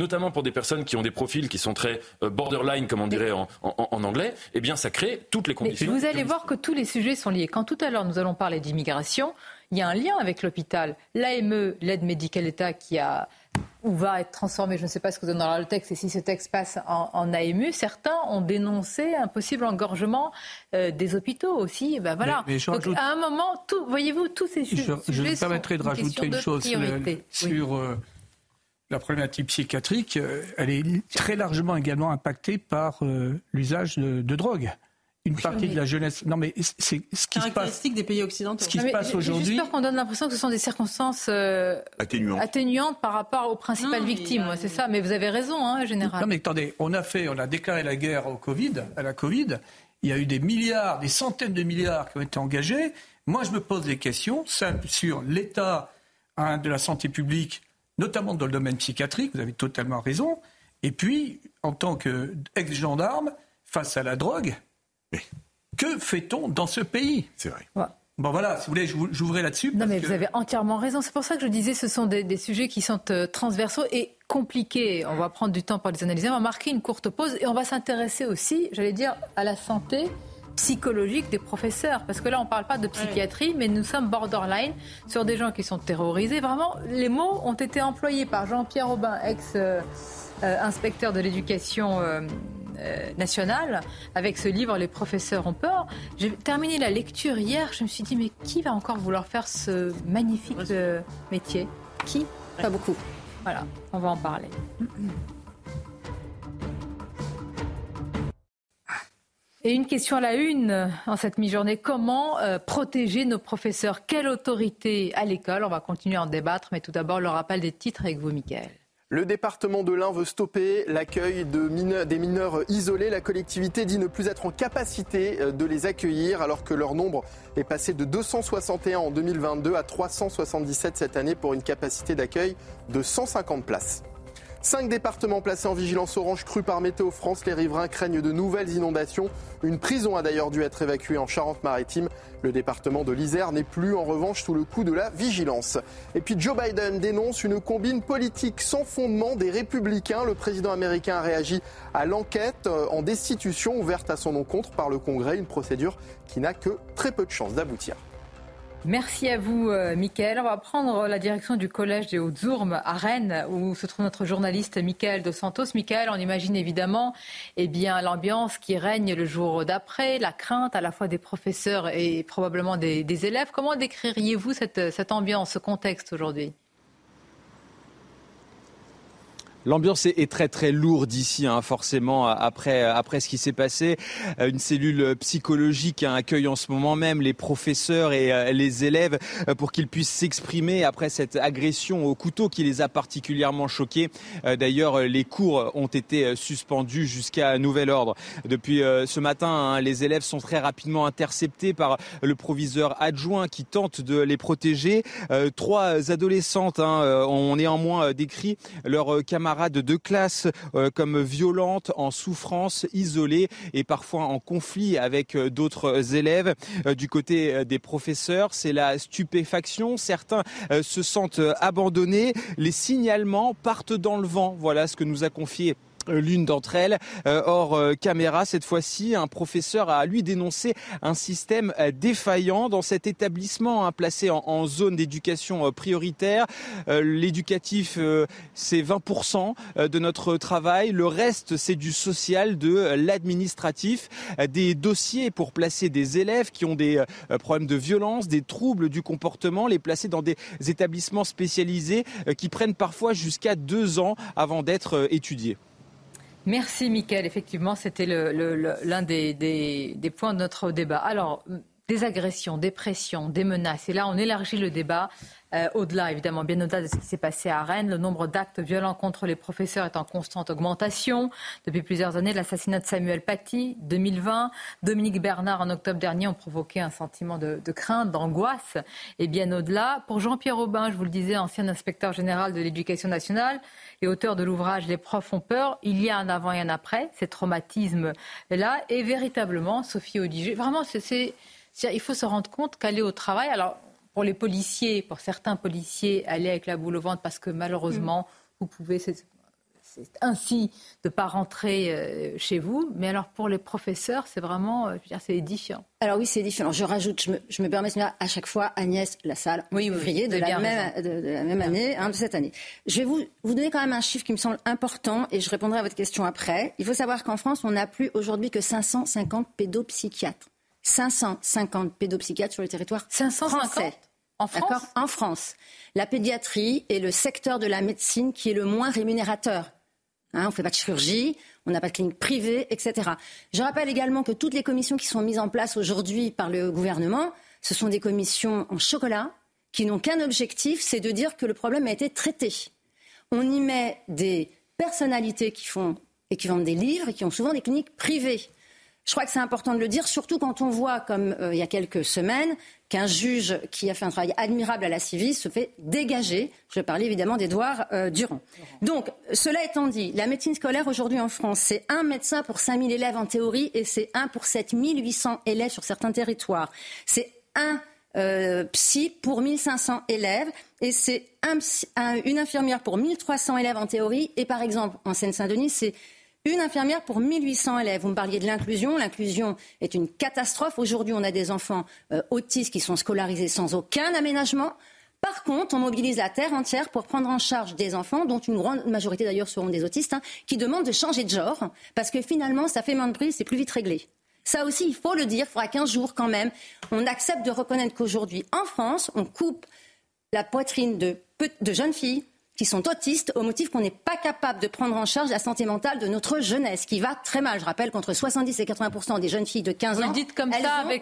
notamment pour des personnes qui ont des profils qui sont très borderline, comme on dirait en anglais, eh bien ça crée toutes les conditions. Mais vous allez voir que tous les sujets sont liés. Quand tout à l'heure nous allons parler d'immigration, il y a un lien avec l'hôpital. L'AME, l'aide médicale d'État, où va être transformé, je ne sais pas ce que donnera le texte, et si ce texte passe en AMU, certains ont dénoncé un possible engorgement des hôpitaux aussi. Ben voilà. Mais donc à un moment, voyez-vous, tous ces sujets je me permettrai de rajouter une chose sur la problématique psychiatrique. Elle est très largement également impactée par l'usage de drogue. Une partie de la jeunesse. Non, mais c'est ce qui se passe. Des pays occidentaux. Ce qui se passe aujourd'hui. J'ai juste peur qu'on donne l'impression que ce sont des circonstances atténuantes par rapport aux principales victimes. C'est ça. Mais vous avez raison, général. Non, mais attendez, on a déclaré la guerre à la Covid. Il y a eu des milliards, des centaines de milliards qui ont été engagés. Moi, je me pose des questions simples sur l'état de la santé publique, notamment dans le domaine psychiatrique. Vous avez totalement raison. Et puis, en tant qu'ex-gendarme, face à la drogue. Que fait-on dans ce pays ? C'est vrai. Ouais. Bon voilà, si vous voulez, j'ouvrais là-dessus. Non mais vous avez entièrement raison. C'est pour ça que je disais ce sont des sujets qui sont transversaux et compliqués. On va prendre du temps pour les analyser. On va marquer une courte pause et on va s'intéresser aussi, j'allais dire, à la santé psychologique des professeurs. Parce que là, on ne parle pas de psychiatrie, mais nous sommes borderline sur des gens qui sont terrorisés. Vraiment, les mots ont été employés par Jean-Pierre Aubin, ex-inspecteur de l'éducation nationale, avec ce livre « Les professeurs ont peur ». J'ai terminé la lecture hier, je me suis dit, mais qui va encore vouloir faire ce magnifique métier ? Qui ? Pas beaucoup. Voilà, on va en parler. Et une question à la une en cette mi-journée, comment protéger nos professeurs ? Quelle autorité à l'école ? On va continuer à en débattre, mais tout d'abord le rappel des titres avec vous, Mickaël. Le département de l'Ain veut stopper l'accueil des mineurs isolés. La collectivité dit ne plus être en capacité de les accueillir alors que leur nombre est passé de 261 en 2022 à 377 cette année pour une capacité d'accueil de 150 places. 5 départements placés en vigilance orange crue par Météo France. Les riverains craignent de nouvelles inondations. Une prison a d'ailleurs dû être évacuée en Charente-Maritime. Le département de l'Isère n'est plus en revanche sous le coup de la vigilance. Et puis Joe Biden dénonce une combine politique sans fondement des Républicains. Le président américain a réagi à l'enquête en destitution ouverte à son encontre par le Congrès. Une procédure qui n'a que très peu de chances d'aboutir. Merci à vous, Mickaël. On va prendre la direction du collège des Hautes-Ourmes à Rennes, où se trouve notre journaliste Mickaël Dos Santos. Mickaël, on imagine évidemment l'ambiance qui règne le jour d'après, la crainte à la fois des professeurs et probablement des élèves. Comment décririez-vous cette ambiance, ce contexte aujourd'hui ? L'ambiance est très très lourde ici, forcément, après ce qui s'est passé. Une cellule psychologique accueille en ce moment même les professeurs et les élèves pour qu'ils puissent s'exprimer après cette agression au couteau qui les a particulièrement choqués. D'ailleurs, les cours ont été suspendus jusqu'à nouvel ordre. Depuis ce matin, les élèves sont très rapidement interceptés par le proviseur adjoint qui tente de les protéger. 3 adolescentes ont néanmoins décrit leurs camarades de classe comme violentes, en souffrance, isolées et parfois en conflit avec d'autres élèves. Du côté des professeurs, c'est la stupéfaction. Certains se sentent abandonnés. Les signalements partent dans le vent. Voilà ce que nous a confié l'une d'entre elles. Hors caméra, cette fois-ci, un professeur a lui dénoncé un système défaillant dans cet établissement placé en zone d'éducation prioritaire. L'éducatif, c'est 20% de notre travail. Le reste, c'est du social, de l'administratif, des dossiers pour placer des élèves qui ont des problèmes de violence, des troubles du comportement, les placer dans des établissements spécialisés qui prennent parfois jusqu'à 2 ans avant d'être étudiés. Merci Mickaël, effectivement c'était l'un des points de notre débat. Alors, des agressions, des pressions, des menaces, et là on élargit le débat au-delà évidemment, bien au-delà de ce qui s'est passé à Rennes. Le nombre d'actes violents contre les professeurs est en constante augmentation. Depuis plusieurs années, l'assassinat de Samuel Paty, 2020, Dominique Bernard en octobre dernier ont provoqué un sentiment de crainte, d'angoisse, et bien au-delà. Pour Jean-Pierre Aubin, je vous le disais, ancien inspecteur général de l'Éducation nationale et auteur de l'ouvrage « Les profs ont peur », il y a un avant et un après, ces traumatismes-là, et véritablement, Sophie Audiger, vraiment, il faut se rendre compte qu'aller au travail, alors pour les policiers, pour certains policiers, aller avec la boule au ventre parce que malheureusement, vous pouvez, c'est ainsi de ne pas rentrer chez vous. Mais alors pour les professeurs, c'est vraiment, c'est édifiant. Alors oui, c'est édifiant. Je rajoute, je me permets de dire à chaque fois Agnès Lassalle, ouvrier de la même année, de cette année. Je vais vous donner quand même un chiffre qui me semble important et je répondrai à votre question après. Il faut savoir qu'en France, on n'a plus aujourd'hui que 550 pédopsychiatres. 550 pédopsychiatres sur le territoire 550 français. En France ? En France. La pédiatrie est le secteur de la médecine qui est le moins rémunérateur. On ne fait pas de chirurgie, on n'a pas de clinique privée, etc. Je rappelle également que toutes les commissions qui sont mises en place aujourd'hui par le gouvernement, ce sont des commissions en chocolat qui n'ont qu'un objectif, c'est de dire que le problème a été traité. On y met des personnalités qui vendent des livres et qui ont souvent des cliniques privées. Je crois que c'est important de le dire, surtout quand on voit, comme il y a quelques semaines, qu'un juge qui a fait un travail admirable à la Civis se fait dégager. Je parlais évidemment d'Édouard Durand. Donc, cela étant dit, la médecine scolaire aujourd'hui en France, c'est 1 médecin pour 5000 élèves en théorie et c'est 1 pour 7800 élèves sur certains territoires. C'est 1 psy pour 1500 élèves et c'est une infirmière pour 1300 élèves en théorie. Et par exemple, en Seine-Saint-Denis, c'est une infirmière pour 1800 élèves. Vous me parliez de l'inclusion. L'inclusion est une catastrophe. Aujourd'hui, on a des enfants autistes qui sont scolarisés sans aucun aménagement. Par contre, on mobilise la terre entière pour prendre en charge des enfants, dont une grande majorité d'ailleurs seront des autistes, qui demandent de changer de genre, parce que finalement, ça fait moins de bruit, c'est plus vite réglé. Ça aussi, il faut le dire, il faudra qu'un jour quand même, on accepte de reconnaître qu'aujourd'hui, en France, on coupe la poitrine de jeunes filles qui sont autistes au motif qu'on n'est pas capable de prendre en charge la santé mentale de notre jeunesse, qui va très mal. Je rappelle qu'entre 70 et 80% des jeunes filles de 15 ans, vous le dites comme ça, avec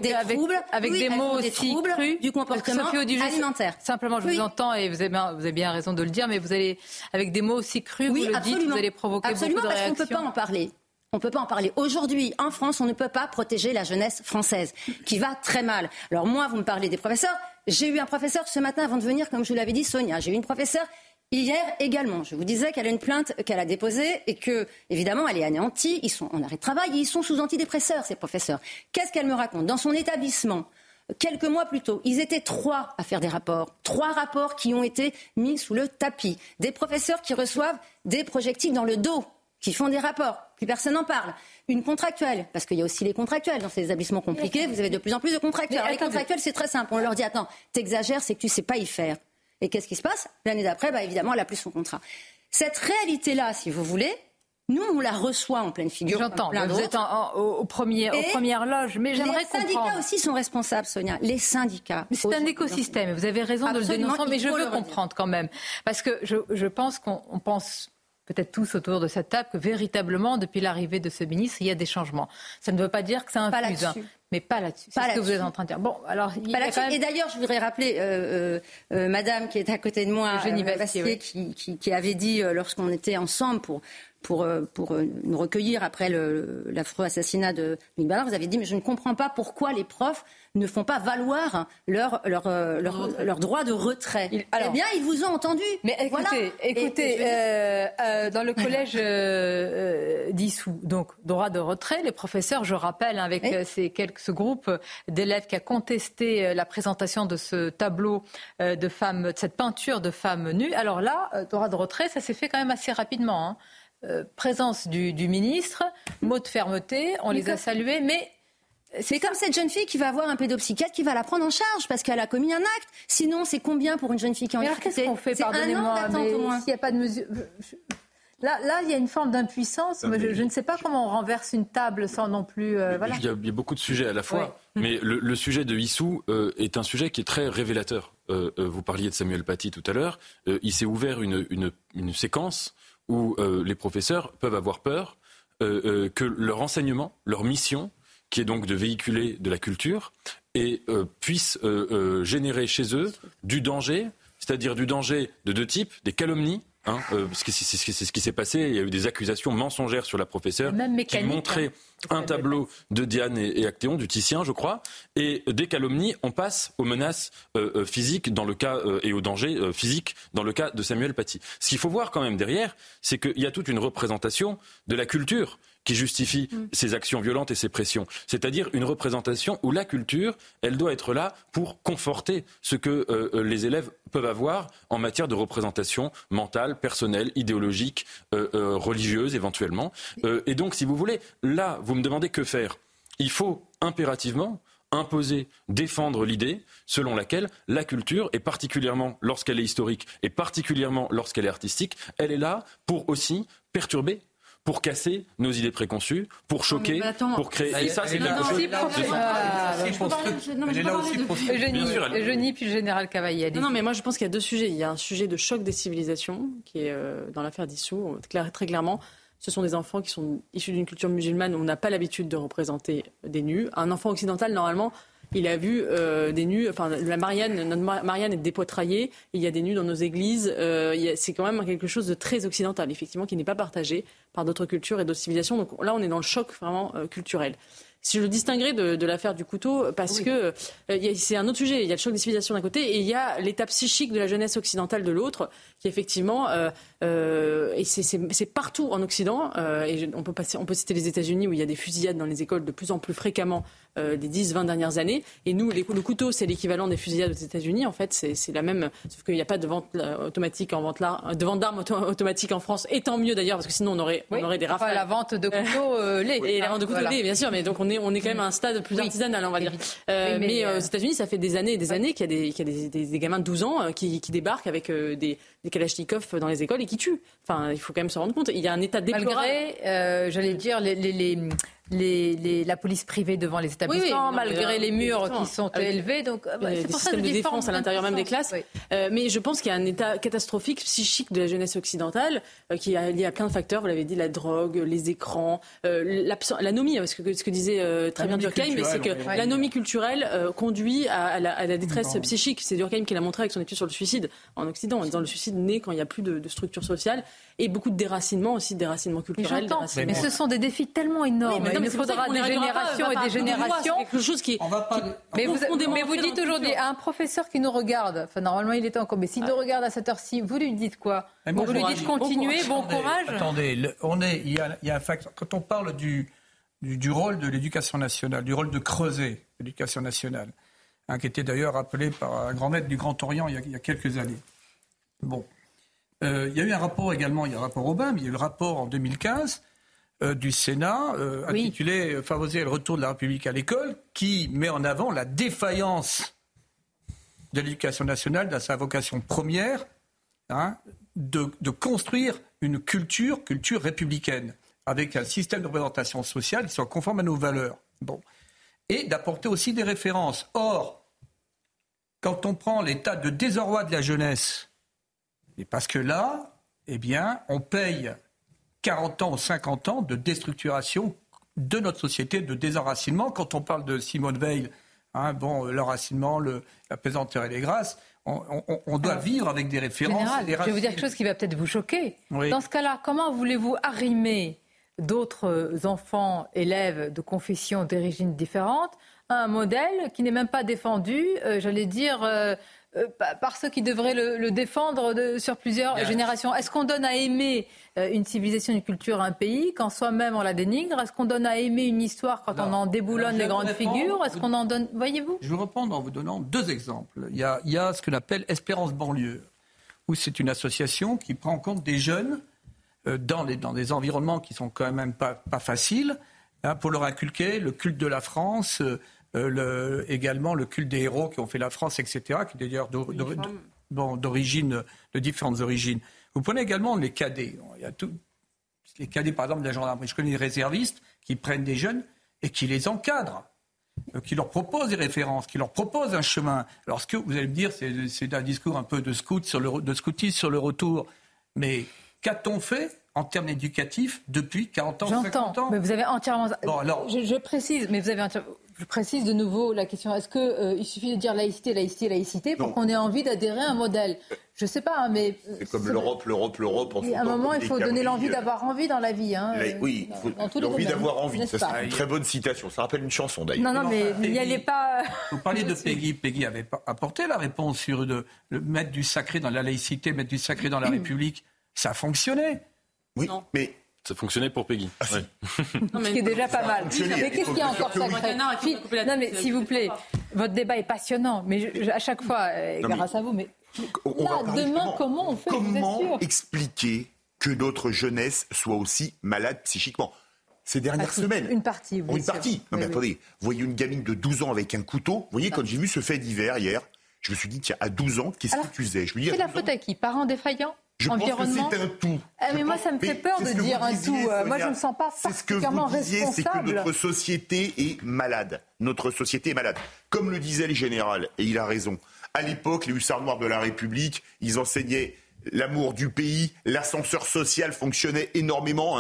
des mots aussi crus du comportement alimentaire. Simplement, je vous entends et vous avez bien raison de le dire, mais vous allez, avec des mots aussi crus, vous le dites, vous allez provoquer beaucoup de réactions. Absolument, parce qu'on ne peut pas en parler. On ne peut pas en parler. Aujourd'hui, en France, on ne peut pas protéger la jeunesse française, qui va très mal. Alors moi, vous me parlez des professeurs. J'ai eu un professeur ce matin avant de venir, comme je vous l'avais dit, Sonia. J'ai eu une professeure hier également. Je vous disais qu'elle a une plainte qu'elle a déposée et que, évidemment, elle est anéantie. Ils sont en arrêt de travail et ils sont sous antidépresseurs, ces professeurs. Qu'est-ce qu'elle me raconte ? Dans son établissement, quelques mois plus tôt, ils étaient 3 à faire des rapports. 3 rapports qui ont été mis sous le tapis. Des professeurs qui reçoivent des projectiles dans le dos, qui font des rapports. Plus personne n'en parle. Une contractuelle, parce qu'il y a aussi les contractuels dans ces établissements compliqués. Vous avez de plus en plus de contractuels. Alors, les contractuels, c'est très simple. On leur dit, attends, t'exagères, c'est que tu ne sais pas y faire. Et qu'est-ce qui se passe ? L'année d'après, évidemment, elle n'a plus son contrat. Cette réalité-là, si vous voulez, nous, on la reçoit en pleine figure. J'entends, vous êtes aux premières loges, mais j'aimerais comprendre. Les syndicats aussi sont responsables, Sonia. Les syndicats. Mais c'est un écosystème, et vous avez raison de le dénoncer, mais je veux comprendre quand même. Parce que je pense qu'on pense peut-être tous autour de cette table que véritablement, depuis l'arrivée de ce ministre, il y a des changements. Ça ne veut pas dire que ça infuse. Mais pas là-dessus. C'est ce que vous êtes en train de dire. Bon, alors, Et d'ailleurs, je voudrais rappeler Madame qui est à côté de moi, Eugénie Bastier, qui avait dit lorsqu'on était ensemble pour nous recueillir après l'affreux assassinat de Louis Ballard, vous avez dit mais je ne comprends pas pourquoi les profs ne font pas valoir leur droit de retrait. Eh bien, ils vous ont entendu. Mais écoutez, dans le collège d'Issou, donc droit de retrait, les professeurs, je rappelle, avec ce groupe d'élèves qui a contesté la présentation de ce tableau de femmes, de cette peinture de femmes nues. Alors là, droit de retrait, ça s'est fait quand même assez rapidement. Présence du ministre, mot de fermeté, on les a salués, mais c'est comme cette jeune fille qui va avoir un pédopsychiatre qui va la prendre en charge parce qu'elle a commis un acte. Sinon, c'est combien pour une jeune fille qui en est difficulté ? Alors qu'est-ce qu'on fait ? Pardonnez-moi, mais s'il n'y a pas de mesure... Là, il y a une forme d'impuissance. Je ne sais pas comment on renverse une table sans non plus... voilà. Il y a beaucoup de sujets à la fois, mais le sujet de Issou est un sujet qui est très révélateur. Vous parliez de Samuel Paty tout à l'heure. Il s'est ouvert une séquence où les professeurs peuvent avoir peur que leur enseignement, leur mission, qui est donc de véhiculer de la culture, puisse générer chez eux du danger, c'est-à-dire du danger de 2 types, des calomnies, parce que c'est ce qui s'est passé. Il y a eu des accusations mensongères sur la professeure qui montraient un tableau de Diane et Actéon, du Titien, je crois. Et des calomnies, on passe aux menaces physiques dans le cas et aux dangers physiques dans le cas de Samuel Paty. Ce qu'il faut voir quand même derrière, c'est qu'il y a toute une représentation de la culture, qui justifie ces actions violentes et ces pressions. C'est-à-dire une représentation où la culture, elle doit être là pour conforter ce que les élèves peuvent avoir en matière de représentation mentale, personnelle, idéologique, religieuse éventuellement. Et donc, si vous voulez, là, vous me demandez que faire. Il faut impérativement imposer, défendre l'idée selon laquelle la culture, et particulièrement lorsqu'elle est historique, et particulièrement lorsqu'elle est artistique, elle est là pour aussi perturber, pour casser nos idées préconçues, pour choquer, pour créer... Et ça, c'est quelque chose... Eugénie, puis le général Cavaillé. Non, mais moi, je pense qu'il y a deux sujets. Il y a un sujet de choc des civilisations, qui est dans l'affaire d'Issou, très clairement. Ce sont des enfants qui sont issus d'une culture musulmane où on n'a pas l'habitude de représenter des nus. Un enfant occidental, normalement, il a vu des nus. Enfin, notre Marianne est dépoitraillée. Il y a des nus dans nos églises. C'est quand même quelque chose de très occidental, effectivement, qui n'est pas partagé par d'autres cultures et d'autres civilisations. Donc là, on est dans le choc vraiment culturel. Si je le distinguerais de l'affaire du couteau, parce que c'est un autre sujet. Il y a le choc des civilisations d'un côté et il y a l'état psychique de la jeunesse occidentale de l'autre, qui effectivement, et c'est partout en Occident. Et on peut citer les États-Unis où il y a des fusillades dans les écoles de plus en plus fréquemment des 10-20 dernières années. Et nous, le couteau, c'est l'équivalent des fusillades aux États-Unis. En fait, c'est la même, sauf qu'il n'y a pas de vente automatique de vente d'armes automatique en France. Et tant mieux d'ailleurs, parce que sinon on aurait des rafales. Enfin, la vente de couteaux et la vente de couteaux bien sûr. Mais donc on est quand même à un stade plus artisanal, on va dire. Mais aux États-Unis, ça fait des années et des années qu'il y a des gamins de 12 ans qui débarquent avec des kalachnikovs dans les écoles et qui tuent. Enfin, il faut quand même se rendre compte. Il y a un état déplorable. Malgré, j'allais dire, la police privée devant les établissements, malgré les murs qui sont élevés. Donc, c'est pour ça que de défense à l'intérieur même des classes. Mais je pense qu'il y a un état catastrophique psychique de la jeunesse occidentale qui est lié à plein de facteurs. Vous l'avez dit, la drogue, les écrans, l'anomie. Parce que ce que disait très bien Durkheim, c'est que l'anomie culturelle conduit à la détresse psychique. C'est Durkheim qui l'a montré avec son étude sur le suicide en Occident, en disant le suicide naît quand il n'y a plus de structure sociale et beaucoup de déracinement aussi, de déracinement culturel. Mais ce sont des défis tellement énormes. Il nous faudra des générations et des générations. C'est quelque chose qui mais vous dites aujourd'hui à un professeur qui nous regarde, enfin normalement il est encore, mais s'il nous regarde à cette heure-ci, vous lui dites quoi? Vous lui dites continuez, bon courage. Attendez, il y a un facteur. Quand on parle du rôle de l'éducation nationale, du rôle de creuser l'éducation nationale, qui était d'ailleurs rappelé par un grand maître du Grand Orient il y a quelques années. Bon. Il y a eu un rapport également, il y a un rapport Aubin, mais il y a eu le rapport en 2015 du Sénat intitulé « Favoriser le retour de la République à l'école » qui met en avant la défaillance de l'éducation nationale dans sa vocation première de construire une culture républicaine avec un système de représentation sociale qui soit conforme à nos valeurs. Bon. Et d'apporter aussi des références. Or, quand on prend l'état de désarroi de la jeunesse, et parce que là, eh bien, on paye 40 ans ou 50 ans de déstructuration de notre société, de désenracinement. Quand on parle de Simone Veil, l'enracinement, la pesanteur et les grâces, on doit vivre avec des références. Général, je vais vous dire quelque chose qui va peut-être vous choquer. Oui. Dans ce cas-là, comment voulez-vous arrimer d'autres enfants, élèves de confessions, d'origines différentes à un modèle qui n'est même pas défendu, par ceux qui devraient le défendre sur plusieurs générations? Est-ce qu'on donne à aimer une civilisation, une culture, un pays quand soi-même on la dénigre? Est-ce qu'on donne à aimer une histoire quand on en déboulonne les grandes figures? Est-ce qu'on en donne... Voyez-vous? Je vais répondre en vous donnant deux exemples. Il y a ce qu'on appelle Espérance banlieue, où c'est une association qui prend en compte des jeunes dans des environnements qui sont quand même pas faciles, pour leur inculquer le culte de la France, également le culte des héros qui ont fait la France, etc., qui est d'ailleurs de différentes origines. Vous prenez également les cadets. Il y a les cadets, par exemple, de la gendarmerie. Je connais des réservistes qui prennent des jeunes et qui les encadrent, qui leur proposent des références, qui leur proposent un chemin. Alors, ce que vous allez me dire, c'est un discours un peu de scoutisme sur le retour. Mais qu'a-t-on fait en termes éducatifs depuis 40 ans, 50 ans? Mais vous avez entièrement... Bon, alors... je précise, mais vous avez entièrement... Je précise de nouveau la question. Est-ce qu'il suffit de dire laïcité pour qu'on ait envie d'adhérer à un modèle? Je ne sais pas, mais... C'est comme l'Europe. À un moment, il faut donner l'envie d'avoir envie dans la vie. Oui, il faut l'envie d'avoir envie. Ça, c'est une très bonne citation. Ça rappelle une chanson, d'ailleurs. Non, mais il n'y allait pas... Vous parlez de Peggy. Peggy avait apporté la réponse sur mettre du sacré dans la laïcité, mettre du sacré dans la République. Ça a fonctionné. Oui, mais Ça fonctionnait pour Peggy. Ouais. Ce qui est déjà pas mal. Mais qu'est-ce qu'il y a encore sacré? Non, mais s'il vous plaît, votre débat est passionnant. Mais à chaque fois, grâce à vous, mais là, demain, comment on fait? Comment expliquer que notre jeunesse soit aussi malade psychiquement? Ces dernières semaines. Une partie, oui. Une partie. Non, mais attendez, vous voyez une gamine de 12 ans avec un couteau. Vous voyez, quand j'ai vu ce fait divers hier, je me suis dit, tiens, à 12 ans, qu'est-ce que tu faisais? C'est la faute à qui? Parents défaillants? Je pense que c'est un tout. Mais moi, ça me fait peur de dire un tout. Moi, je ne me sens pas particulièrement responsable. C'est ce que vous disiez, c'est que notre société est malade. Notre société est malade. Comme le disait le général, et il a raison, à l'époque, les hussards noirs de la République, ils enseignaient l'amour du pays, l'ascenseur social fonctionnait énormément.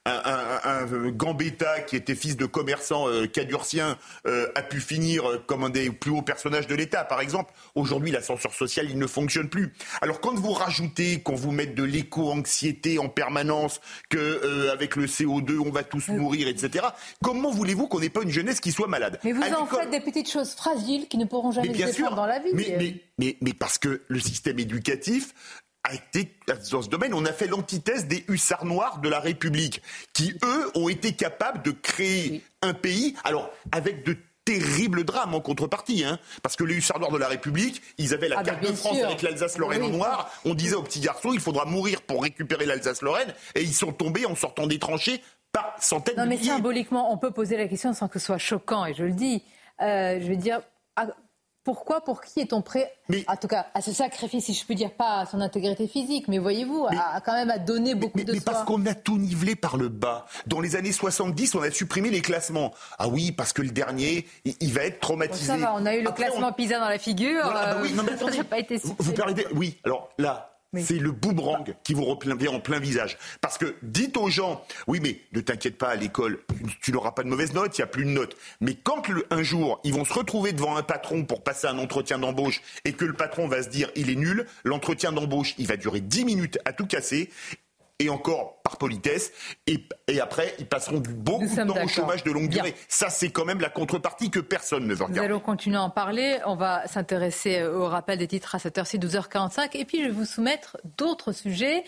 Un Gambetta qui était fils de commerçant cadurcien a pu finir comme un des plus hauts personnages de l'État, par exemple. Aujourd'hui, l'ascenseur social, il ne fonctionne plus. Alors quand vous rajoutez, qu'on vous mette de l'éco-anxiété en permanence, qu'avec le CO2, on va tous mourir, etc., comment voulez-vous qu'on n'ait pas une jeunesse qui soit malade? Mais vous en faites des petites choses fragiles qui ne pourront jamais se défendre dans la vie. Mais parce que le système éducatif a été, dans ce domaine, on a fait l'antithèse des hussards noirs de la République, qui, eux, ont été capables de créer un pays, alors, avec de terribles drames en contrepartie, parce que les hussards noirs de la République, ils avaient la carte de France avec l'Alsace-Lorraine en noir, on disait aux petits garçons, il faudra mourir pour récupérer l'Alsace-Lorraine, et ils sont tombés en sortant des tranchées par centaines de milliers. Non, mais symboliquement, on peut poser la question sans que ce soit choquant, et je le dis, je veux dire... Pourquoi, pour qui est-on prêt, en tout cas, à se sacrifier, si je peux dire, pas à son intégrité physique, mais voyez-vous, quand même à donner beaucoup de soi. Mais parce qu'on a tout nivelé par le bas. Dans les années 70, on a supprimé les classements. Ah oui, parce que le dernier, il va être traumatisé. Bon, ça va, on a eu le classement PISA dans la figure. Voilà, oui, non, mais ça n'a pas été supprimé. Vous permettez, oui, alors là... C'est le boomerang qui vous revient en plein visage. Parce que dites aux gens, oui mais ne t'inquiète pas, à l'école, tu n'auras pas de mauvaise note, il n'y a plus de notes. Mais quand un jour, ils vont se retrouver devant un patron pour passer un entretien d'embauche et que le patron va se dire, il est nul, l'entretien d'embauche, il va durer 10 minutes à tout casser. Et encore par politesse, et après, ils passeront beaucoup de temps au chômage de longue durée. Ça, c'est quand même la contrepartie que personne ne veut regarder. Nous allons continuer à en parler. On va s'intéresser au rappel des titres à cette heure-ci, 12h45. Et puis, je vais vous soumettre d'autres sujets.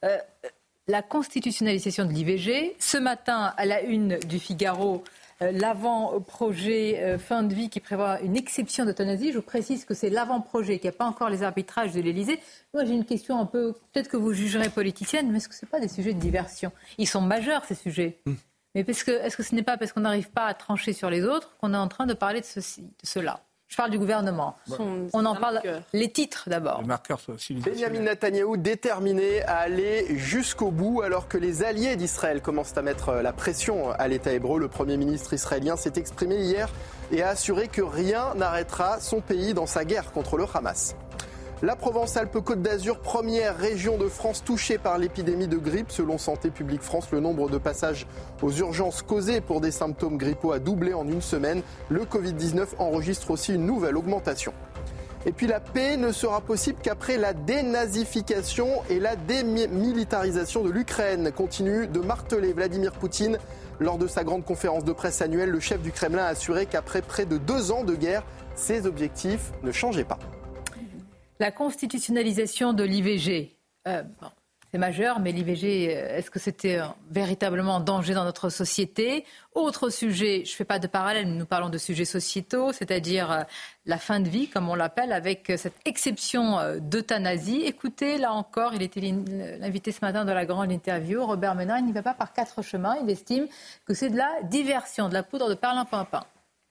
La constitutionnalisation de l'IVG. Ce matin, à la une du Figaro, l'avant-projet fin de vie qui prévoit une exception d'euthanasie. Je vous précise que c'est l'avant-projet, qu'il n'y a pas encore les arbitrages de l'Élysée. Moi, j'ai une question un peu, peut-être que vous jugerez politicienne, mais est-ce que ce n'est pas des sujets de diversion? Ils sont majeurs, ces sujets. Mais est-ce que ce n'est pas parce qu'on n'arrive pas à trancher sur les autres qu'on est en train de parler de cela? Je parle du gouvernement. On en parle. Les titres d'abord. Benyamin Netanyahou déterminé à aller jusqu'au bout alors que les alliés d'Israël commencent à mettre la pression à l'État hébreu. Le Premier ministre israélien s'est exprimé hier et a assuré que rien n'arrêtera son pays dans sa guerre contre le Hamas. La Provence-Alpes-Côte d'Azur, première région de France touchée par l'épidémie de grippe. Selon Santé publique France, le nombre de passages aux urgences causés pour des symptômes grippaux a doublé en une semaine. Le Covid-19 enregistre aussi une nouvelle augmentation. Et puis la paix ne sera possible qu'après la dénazification et la démilitarisation de l'Ukraine, continue de marteler Vladimir Poutine. Lors de sa grande conférence de presse annuelle, le chef du Kremlin a assuré qu'après près de 2 ans de guerre, ses objectifs ne changeaient pas. La constitutionnalisation de l'IVG, c'est majeur, mais l'IVG, est-ce que c'était véritablement en danger dans notre société? Autre sujet, je ne fais pas de parallèle, mais nous parlons de sujets sociétaux, c'est-à-dire la fin de vie, comme on l'appelle, avec cette exception d'euthanasie. Écoutez, là encore, il était l'invité ce matin de la grande interview. Robert Ménard, il n'y va pas par 4 chemins. Il estime que c'est de la diversion, de la poudre de perlimpinpin.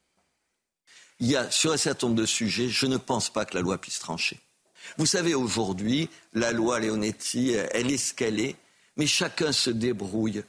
Il y a, sur un certain nombre de sujets, je ne pense pas que la loi puisse trancher. Vous savez, aujourd'hui, la loi Leonetti, elle est ce qu'elle est, mais chacun se débrouille.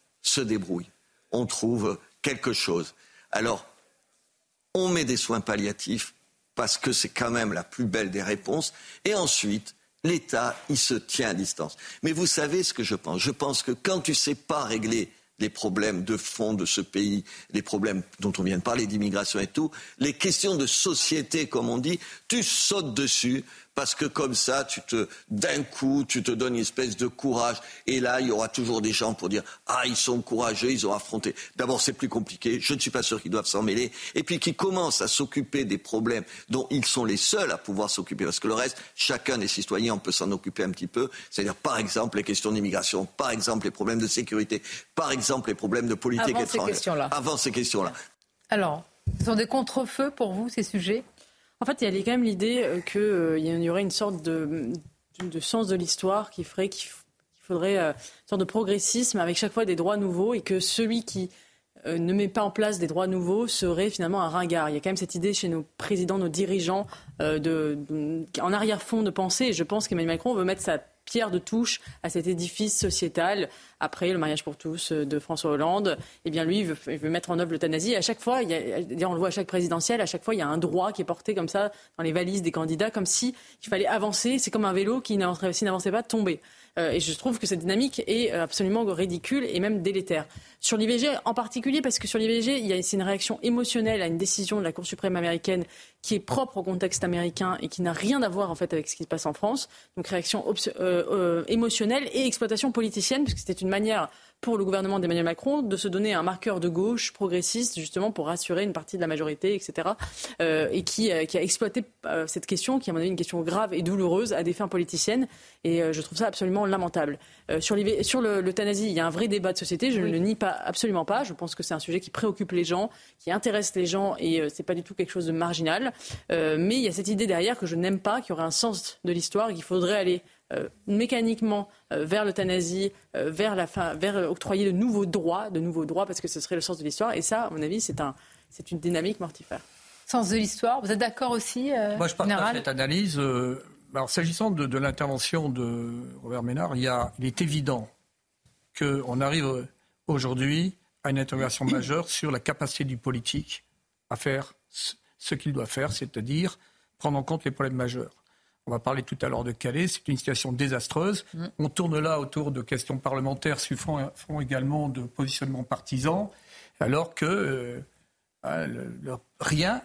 On trouve quelque chose. Alors, on met des soins palliatifs, parce que c'est quand même la plus belle des réponses, et ensuite, l'État, il se tient à distance. Mais vous savez ce que je pense? Je pense que quand tu ne sais pas régler les problèmes de fond de ce pays, les problèmes dont on vient de parler, d'immigration et tout, les questions de société, comme on dit, tu sautes dessus parce que comme ça, d'un coup, tu te donnes une espèce de courage. Et là, il y aura toujours des gens pour dire « Ah, ils sont courageux, ils ont affronté ». D'abord, c'est plus compliqué. Je ne suis pas sûr qu'ils doivent s'en mêler. Et puis, qu'ils commencent à s'occuper des problèmes dont ils sont les seuls à pouvoir s'occuper. Parce que le reste, chacun des citoyens, on peut s'en occuper un petit peu. C'est-à-dire, par exemple, les questions d'immigration, par exemple, les problèmes de sécurité, par exemple, les problèmes de politique étrangère. Avant ces questions-là. Alors, ce sont des contre-feux pour vous, ces sujets ? En fait, il y a quand même l'idée qu'il y aurait une sorte de sens de l'histoire qui ferait qu'il faudrait une sorte de progressisme avec chaque fois des droits nouveaux et que celui qui ne met pas en place des droits nouveaux serait finalement un ringard. Il y a quand même cette idée chez nos présidents, nos dirigeants, en arrière-fond de pensée. Et je pense qu'Emmanuel Macron veut mettre sa pierre de touche à cet édifice sociétal. Après le mariage pour tous de François Hollande, eh bien lui, il veut mettre en œuvre l'euthanasie. Et à chaque fois, on le voit à chaque présidentielle, à chaque fois, il y a un droit qui est porté comme ça dans les valises des candidats, comme si il fallait avancer. C'est comme un vélo qui, s'il n'avançait pas, tombait. Et je trouve que cette dynamique est absolument ridicule et même délétère. Sur l'IVG en particulier, parce que sur l'IVG, c'est une réaction émotionnelle à une décision de la Cour suprême américaine qui est propre au contexte américain et qui n'a rien à voir en fait avec ce qui se passe en France. Donc réaction émotionnelle et exploitation politicienne, puisque c'était une manière pour le gouvernement d'Emmanuel Macron de se donner un marqueur de gauche progressiste, justement pour rassurer une partie de la majorité, etc. Et qui a exploité cette question, qui est à mon avis une question grave et douloureuse à des fins politiciennes. Et je trouve ça absolument lamentable. Sur l'euthanasie, il y a un vrai débat de société, je ne le nie pas, absolument pas. Je pense que c'est un sujet qui préoccupe les gens, qui intéresse les gens, et c'est pas du tout quelque chose de marginal. Mais il y a cette idée derrière que je n'aime pas, qu'il y aurait un sens de l'histoire et qu'il faudrait aller mécaniquement vers l'euthanasie, vers octroyer de nouveaux droits, parce que ce serait le sens de l'histoire. Et ça, à mon avis, c'est une dynamique mortifère. Sens de l'histoire, vous êtes d'accord aussi, Moi, je partage général cette analyse. Alors, s'agissant de l'intervention de Robert Ménard, il est évident qu'on arrive aujourd'hui à une interrogation majeure sur la capacité du politique à faire ce qu'il doit faire, c'est-à-dire prendre en compte les problèmes majeurs. On va parler tout à l'heure de Calais, c'est une situation désastreuse. On tourne là autour de questions parlementaires souffrant également de positionnements partisans, alors que rien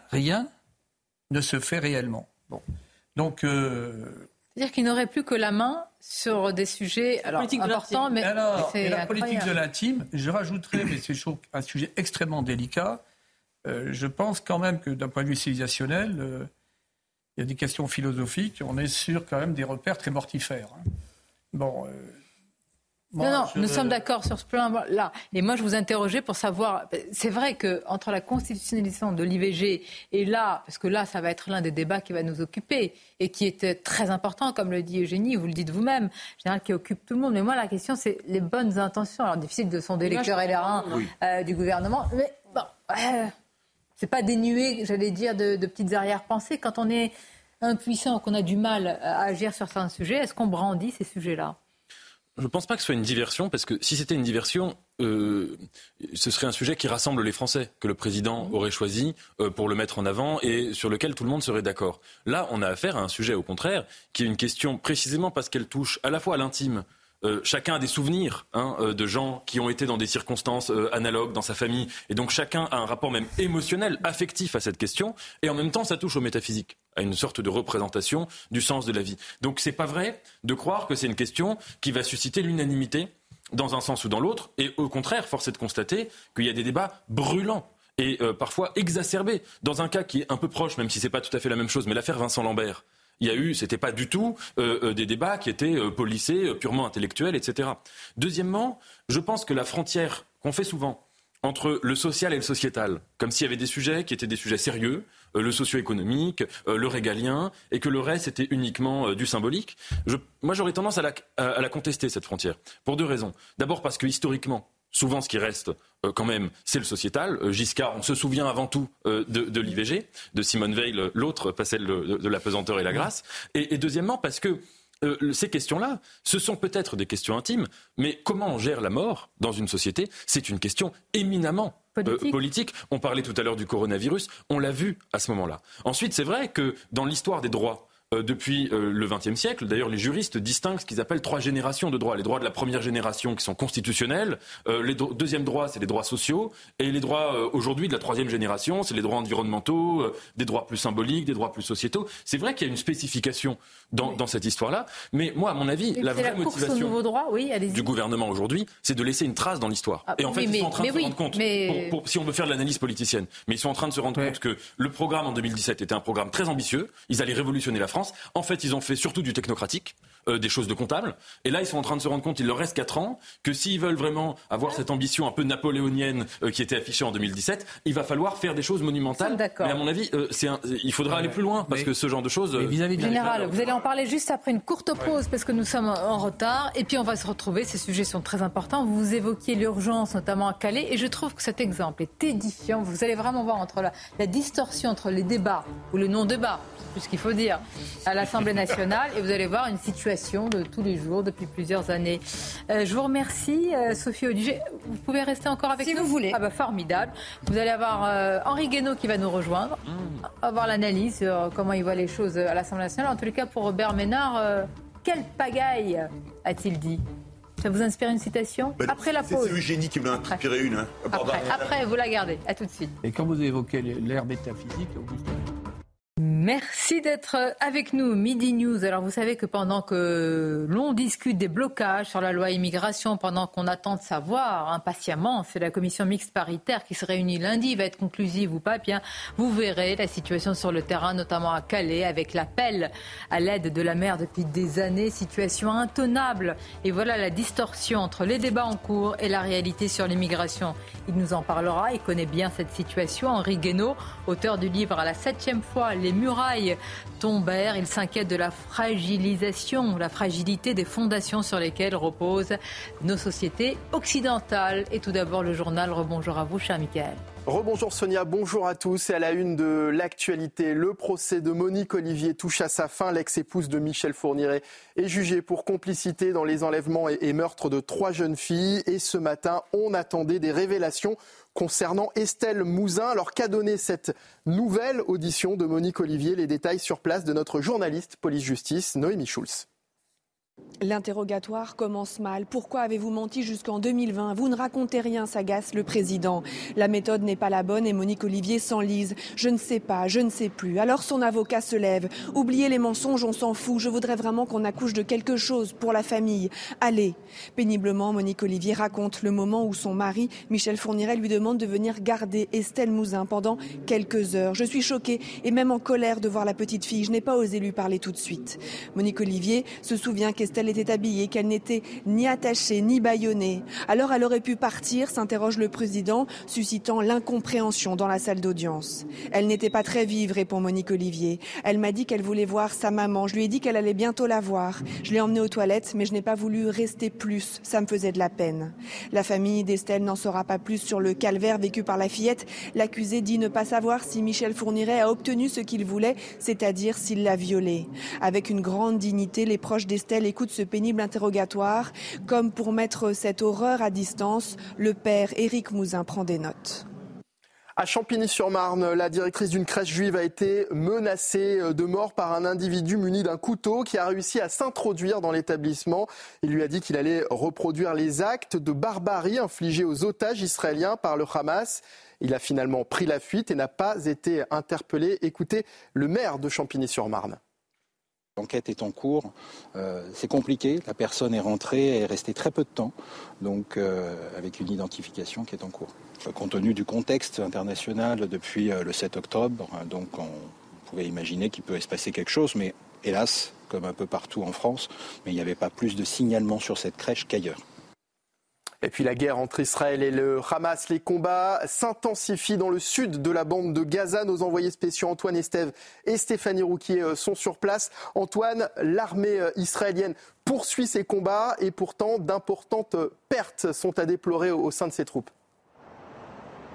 ne se fait réellement. Bon. Donc, c'est-à-dire qu'il n'aurait plus que la main sur des sujets importants, mais c'est la politique de l'intime, je rajouterais, mais c'est un sujet extrêmement délicat, je pense quand même que d'un point de vue civilisationnel, il y a des questions philosophiques, on est sur quand même des repères très mortifères. Bon, nous sommes d'accord sur ce plan-là. Et moi, je vous interrogeais pour savoir, c'est vrai qu'entre la constitutionnalisation de l'IVG et là, parce que là, ça va être l'un des débats qui va nous occuper et qui est très important, comme le dit Eugénie, vous le dites vous-même, général, qui occupe tout le monde. Mais moi, la question, c'est les bonnes intentions. Alors, difficile de sonder les cœurs et les reins du gouvernement, mais bon, c'est pas dénué, j'allais dire, de petites arrière-pensées. Quand on est impuissant, qu'on a du mal à agir sur certains sujets, est-ce qu'on brandit ces sujets-là ? Je ne pense pas que ce soit une diversion, parce que si c'était une diversion, ce serait un sujet qui rassemble les Français, que le président aurait choisi pour le mettre en avant et sur lequel tout le monde serait d'accord. Là, on a affaire à un sujet, au contraire, qui est une question précisément parce qu'elle touche à la fois à l'intime. Chacun a des souvenirs de gens qui ont été dans des circonstances analogues dans sa famille. Et donc chacun a un rapport même émotionnel, affectif à cette question. Et en même temps, ça touche au métaphysique, à une sorte de représentation du sens de la vie. Donc c'est pas vrai de croire que c'est une question qui va susciter l'unanimité dans un sens ou dans l'autre. Et au contraire, force est de constater qu'il y a des débats brûlants et parfois exacerbés. Dans un cas qui est un peu proche, même si c'est pas tout à fait la même chose, mais l'affaire Vincent Lambert. C'était pas du tout des débats qui étaient policés, purement intellectuels, etc. Deuxièmement, je pense que la frontière qu'on fait souvent entre le social et le sociétal, comme s'il y avait des sujets qui étaient des sujets sérieux, le socio-économique, le régalien, et que le reste était uniquement du symbolique. Moi, j'aurais tendance à la contester, cette frontière, pour deux raisons. D'abord parce que historiquement, souvent, ce qui reste, quand même, c'est le sociétal. Giscard, on se souvient avant tout de l'IVG, de Simone Veil, l'autre, pas celle de la pesanteur et la grâce. Et deuxièmement, parce que ces questions-là, ce sont peut-être des questions intimes, mais comment on gère la mort dans une société, c'est une question éminemment politique. On parlait tout à l'heure du coronavirus, on l'a vu à ce moment-là. Ensuite, c'est vrai que dans l'histoire des droits, depuis le XXe siècle. D'ailleurs, les juristes distinguent ce qu'ils appellent 3 générations de droits. Les droits de la première génération qui sont constitutionnels, les deuxième droits, c'est les droits sociaux, et les droits aujourd'hui de la 3e génération, c'est les droits environnementaux, des droits plus symboliques, des droits plus sociétaux. C'est vrai qu'il y a une spécification dans cette histoire-là, mais moi, à mon avis, la vraie motivation du gouvernement aujourd'hui, c'est de laisser une trace dans l'histoire. Et en fait, ils sont en train de se rendre compte, si on veut faire de l'analyse politicienne, mais ils sont en train de se rendre compte que le programme en 2017 était un programme très ambitieux, ils allaient révolutionner la France. En fait, ils ont fait surtout du technocratique, des choses de comptables. Et là, ils sont en train de se rendre compte, il leur reste 4 ans, que s'ils veulent vraiment avoir cette ambition un peu napoléonienne qui était affichée en 2017, il va falloir faire des choses monumentales. Mais à mon avis, il faudra aller plus loin, parce que ce genre de choses... Général, vous allez en parler juste après une courte pause, parce que nous sommes en retard. Et puis on va se retrouver, ces sujets sont très importants. Vous évoquiez l'urgence, notamment à Calais. Et je trouve que cet exemple est édifiant. Vous allez vraiment voir entre la distorsion entre les débats, ou le non-débat, c'est plus ce qu'il faut dire, à l'Assemblée nationale, et vous allez voir une situation de tous les jours depuis plusieurs années. Je vous remercie, Sophie Audugé. Vous pouvez rester encore avec nous si vous voulez. Ah bah formidable. Vous allez avoir Henri Guénaud qui va nous rejoindre, avoir l'analyse sur comment il voit les choses à l'Assemblée nationale. En tous les cas, pour Robert Ménard, quelle pagaille a-t-il dit? Ça vous inspire une citation? Après la pause. C'est Eugénie qui m'a inspiré une. Après, vous la gardez. À tout de suite. Et quand vous évoquez l'ère métaphysique, Merci d'être avec nous, Midi News. Alors vous savez que pendant que l'on discute des blocages sur la loi immigration, pendant qu'on attend de savoir impatiemment, c'est la commission mixte paritaire qui se réunit lundi, va être conclusive ou pas, eh bien vous verrez la situation sur le terrain, notamment à Calais, avec l'appel à l'aide de la mer depuis des années, situation intenable. Et voilà la distorsion entre les débats en cours et la réalité sur l'immigration. Il nous en parlera, il connaît bien cette situation. Henri Guénaud, auteur du livre « À la 7e fois, les murailles tombèrent ». Il s'inquiète de la fragilisation, la fragilité des fondations sur lesquelles reposent nos sociétés occidentales. Et tout d'abord, le journal. Rebonjour à vous, cher Mickaël. Rebonjour Sonia, bonjour à tous. Et à la une de l'actualité, le procès de Monique Olivier touche à sa fin. L'ex-épouse de Michel Fourniret est jugée pour complicité dans les enlèvements et meurtres de 3 jeunes filles. Et ce matin, on attendait des révélations concernant Estelle Mouzin. Alors qu'a donné cette nouvelle audition de Monique Olivier? Les détails sur place de notre journaliste police-justice, Noémie Schulz. L'interrogatoire commence mal. Pourquoi avez-vous menti jusqu'en 2020 ? Vous ne racontez rien, s'agace le président. La méthode n'est pas la bonne et Monique Olivier s'enlise. Je ne sais pas, je ne sais plus. Alors son avocat se lève. Oubliez les mensonges, on s'en fout. Je voudrais vraiment qu'on accouche de quelque chose pour la famille. Allez. Péniblement, Monique Olivier raconte le moment où son mari, Michel Fourniret, lui demande de venir garder Estelle Mouzin pendant quelques heures. Je suis choquée et même en colère de voir la petite fille. Je n'ai pas osé lui parler tout de suite. Monique Olivier se souvient qu'Estelle était habillée, qu'elle n'était ni attachée ni bâillonnée. Alors elle aurait pu partir, s'interroge le président, suscitant l'incompréhension dans la salle d'audience. Elle n'était pas très vive, répond Monique Olivier. Elle m'a dit qu'elle voulait voir sa maman. Je lui ai dit qu'elle allait bientôt la voir. Je l'ai emmenée aux toilettes, mais je n'ai pas voulu rester plus. Ça me faisait de la peine. La famille d'Estelle n'en saura pas plus sur le calvaire vécu par la fillette. L'accusé dit ne pas savoir si Michel Fourniret a obtenu ce qu'il voulait, c'est-à-dire s'il l'a violée. Avec une grande dignité, les proches d'Estelle écoutent ce pénible interrogatoire. Comme pour mettre cette horreur à distance, le père Éric Mouzin prend des notes. À Champigny-sur-Marne, la directrice d'une crèche juive a été menacée de mort par un individu muni d'un couteau qui a réussi à s'introduire dans l'établissement. Il lui a dit qu'il allait reproduire les actes de barbarie infligés aux otages israéliens par le Hamas. Il a finalement pris la fuite et n'a pas été interpellé. Écoutez le maire de Champigny-sur-Marne. L'enquête est en cours, c'est compliqué, la personne est rentrée et est restée très peu de temps, donc avec une identification qui est en cours. Compte tenu du contexte international depuis le 7 octobre, donc on pouvait imaginer qu'il peut se passer quelque chose, mais hélas, comme un peu partout en France, mais il n'y avait pas plus de signalements sur cette crèche qu'ailleurs. Et puis la guerre entre Israël et le Hamas, les combats s'intensifient dans le sud de la bande de Gaza. Nos envoyés spéciaux Antoine Estève et Stéphanie Rouquier sont sur place. Antoine, l'armée israélienne poursuit ses combats et pourtant d'importantes pertes sont à déplorer au sein de ses troupes.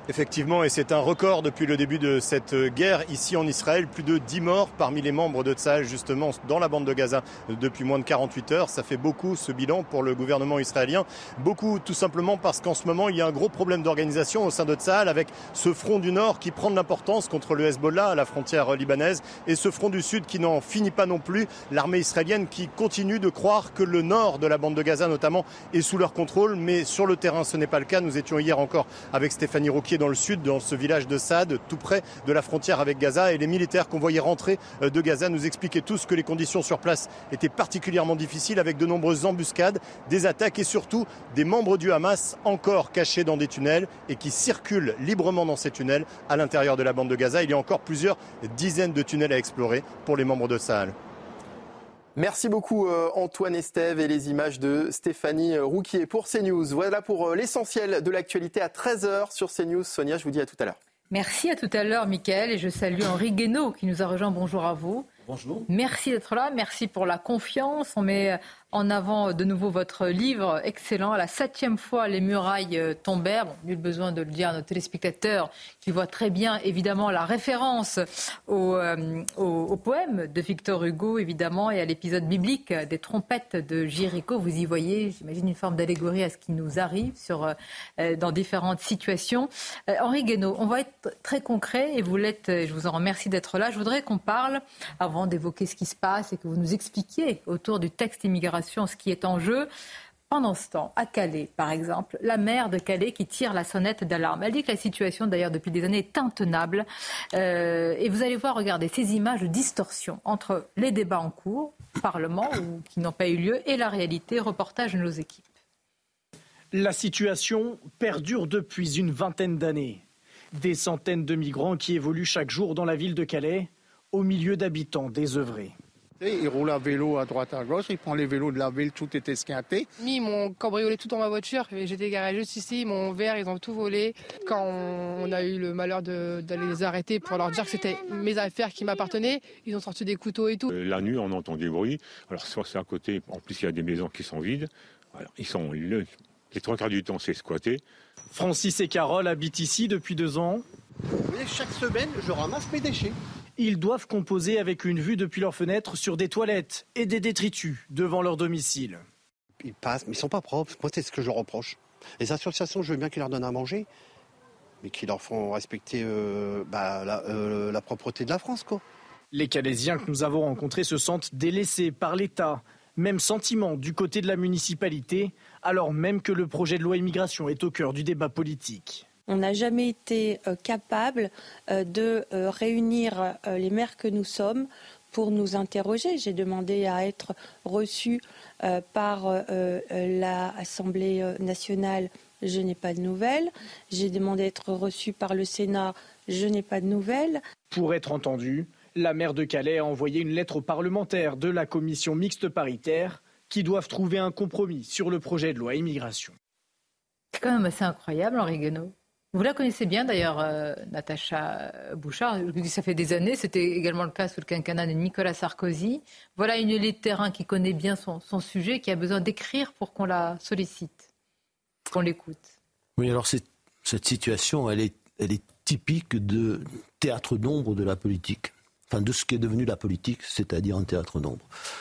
Effectivement, et c'est un record depuis le début de cette guerre ici en Israël. Plus de 10 morts parmi les membres de Tsahal, justement, dans la bande de Gaza depuis moins de 48 heures. Ça fait beaucoup, ce bilan, pour le gouvernement israélien. Beaucoup, tout simplement parce qu'en ce moment, il y a un gros problème d'organisation au sein de Tsahal, avec ce front du Nord qui prend de l'importance contre le Hezbollah à la frontière libanaise, et ce front du Sud qui n'en finit pas non plus. L'armée israélienne qui continue de croire que le nord de la bande de Gaza, notamment, est sous leur contrôle. Mais sur le terrain, ce n'est pas le cas. Nous étions hier encore avec Stéphanie Rouquier dans le sud, dans ce village de Saad, tout près de la frontière avec Gaza. Et les militaires qu'on voyait rentrer de Gaza nous expliquaient tous que les conditions sur place étaient particulièrement difficiles, avec de nombreuses embuscades, des attaques et surtout des membres du Hamas encore cachés dans des tunnels et qui circulent librement dans ces tunnels à l'intérieur de la bande de Gaza. Il y a encore plusieurs dizaines de tunnels à explorer pour les membres de Tsahal. Merci beaucoup Antoine Estève et les images de Stéphanie Rouquier pour CNews. Voilà pour l'essentiel de l'actualité à 13h sur CNews. Sonia, je vous dis à tout à l'heure. Merci, à tout à l'heure Mickaël, et je salue Henri Guénaud qui nous a rejoint. Bonjour à vous. Bonjour. Merci d'être là, merci pour la confiance. On met en avant de nouveau votre livre excellent. À la 7e fois, les murailles tombèrent. Bon, nul besoin de le dire à nos téléspectateurs qui voient très bien, évidemment, la référence au poème de Victor Hugo, évidemment, et à l'épisode biblique des trompettes de Jéricho. Vous y voyez, j'imagine, une forme d'allégorie à ce qui nous arrive dans différentes situations. Henri Guénaud, on va être très concret, et vous l'êtes, je vous en remercie d'être là. Je voudrais qu'on parle, avant d'évoquer ce qui se passe, et que vous nous expliquiez autour du texte immigration ce qui est en jeu. Pendant ce temps, à Calais, par exemple, la maire de Calais qui tire la sonnette d'alarme. Elle dit que la situation, d'ailleurs, depuis des années, est intenable. Et vous allez voir, regardez, ces images de distorsion entre les débats en cours, au Parlement, ou qui n'ont pas eu lieu, et la réalité. Reportage de nos équipes. La situation perdure depuis une vingtaine d'années. Des centaines de migrants qui évoluent chaque jour dans la ville de Calais, au milieu d'habitants désœuvrés. Ils roulent à vélo à droite à gauche, ils prennent les vélos de la ville, tout est esquinté. Ils m'ont cambriolé tout dans ma voiture, j'étais garée juste ici, ils m'ont ouvert, ils ont tout volé. Quand on a eu le malheur d'aller les arrêter pour leur dire que c'était mes affaires qui m'appartenaient, ils ont sorti des couteaux et tout. La nuit, on entend des bruits, alors soit c'est à côté, en plus il y a des maisons qui sont vides, alors, les 3 quarts du temps c'est squatté. Francis et Carole habitent ici depuis 2 ans. Vous voyez, chaque semaine, je ramasse mes déchets. Ils doivent composer avec une vue depuis leur fenêtre sur des toilettes et des détritus devant leur domicile. Ils passent, mais ils ne sont pas propres. Moi, c'est ce que je leur reproche. Les associations, je veux bien qu'ils leur donnent à manger, mais qu'ils leur font respecter la propreté de la France, quoi. Les Calaisiens que nous avons rencontrés se sentent délaissés par l'État. Même sentiment du côté de la municipalité, alors même que le projet de loi immigration est au cœur du débat politique. On n'a jamais été capable de réunir les maires que nous sommes pour nous interroger. J'ai demandé à être reçue par l'Assemblée nationale. Je n'ai pas de nouvelles. J'ai demandé à être reçue par le Sénat. Je n'ai pas de nouvelles. Pour être entendue, la maire de Calais a envoyé une lettre aux parlementaires de la commission mixte paritaire qui doivent trouver un compromis sur le projet de loi immigration. C'est quand même assez incroyable, Henri Guénaud. Vous la connaissez bien d'ailleurs, Natacha Bouchard. Je vous dis, ça fait des années. C'était également le cas sous le quinquennat de Nicolas Sarkozy. Voilà une élite de terrain qui connaît bien son sujet, qui a besoin d'écrire pour qu'on la sollicite, qu'on l'écoute. Oui, alors cette situation, elle est typique de théâtre d'ombre de la politique. Enfin, de ce qui est devenu la politique, c'est-à-dire un théâtre d'ombre.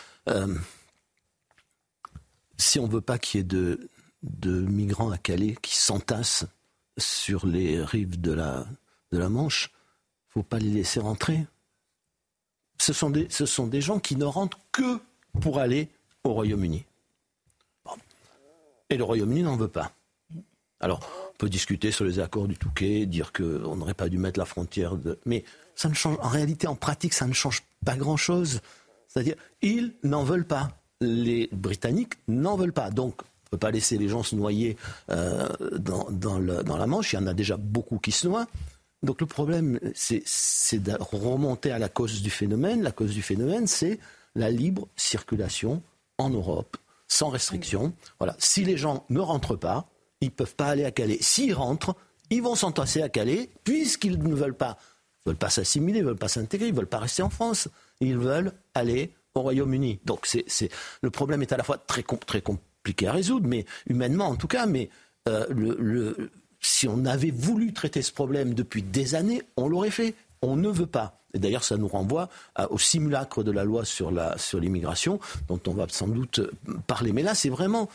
Si on ne veut pas qu'il y ait de migrants à Calais qui s'entassent sur les rives de la Manche, il ne faut pas les laisser rentrer. Ce sont des gens qui ne rentrent que pour aller au Royaume-Uni. Bon. Et le Royaume-Uni n'en veut pas. Alors, on peut discuter sur les accords du Touquet, dire qu'on n'aurait pas dû mettre la frontière mais ça ne change, en réalité, en pratique, ça ne change pas grand-chose. C'est-à-dire, ils n'en veulent pas. Les Britanniques n'en veulent pas. Donc, on ne peut pas laisser les gens se noyer dans la Manche. Il y en a déjà beaucoup qui se noient. Donc le problème, c'est de remonter à la cause du phénomène. La cause du phénomène, c'est la libre circulation en Europe, sans restriction. Voilà. Si les gens ne rentrent pas, ils ne peuvent pas aller à Calais. S'ils rentrent, ils vont s'entasser à Calais, puisqu'ils ne veulent pas s'assimiler, ils ne veulent pas s'intégrer, ils ne veulent pas rester en France. Ils veulent aller au Royaume-Uni. Donc le problème est à la fois très compliqué à résoudre, mais humainement en tout cas, mais si on avait voulu traiter ce problème depuis des années, on l'aurait fait. On ne veut pas. Et d'ailleurs, ça nous renvoie au simulacre de la loi sur l'immigration, dont on va sans doute parler. Mais là, c'est vraiment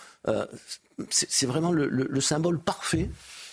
le symbole parfait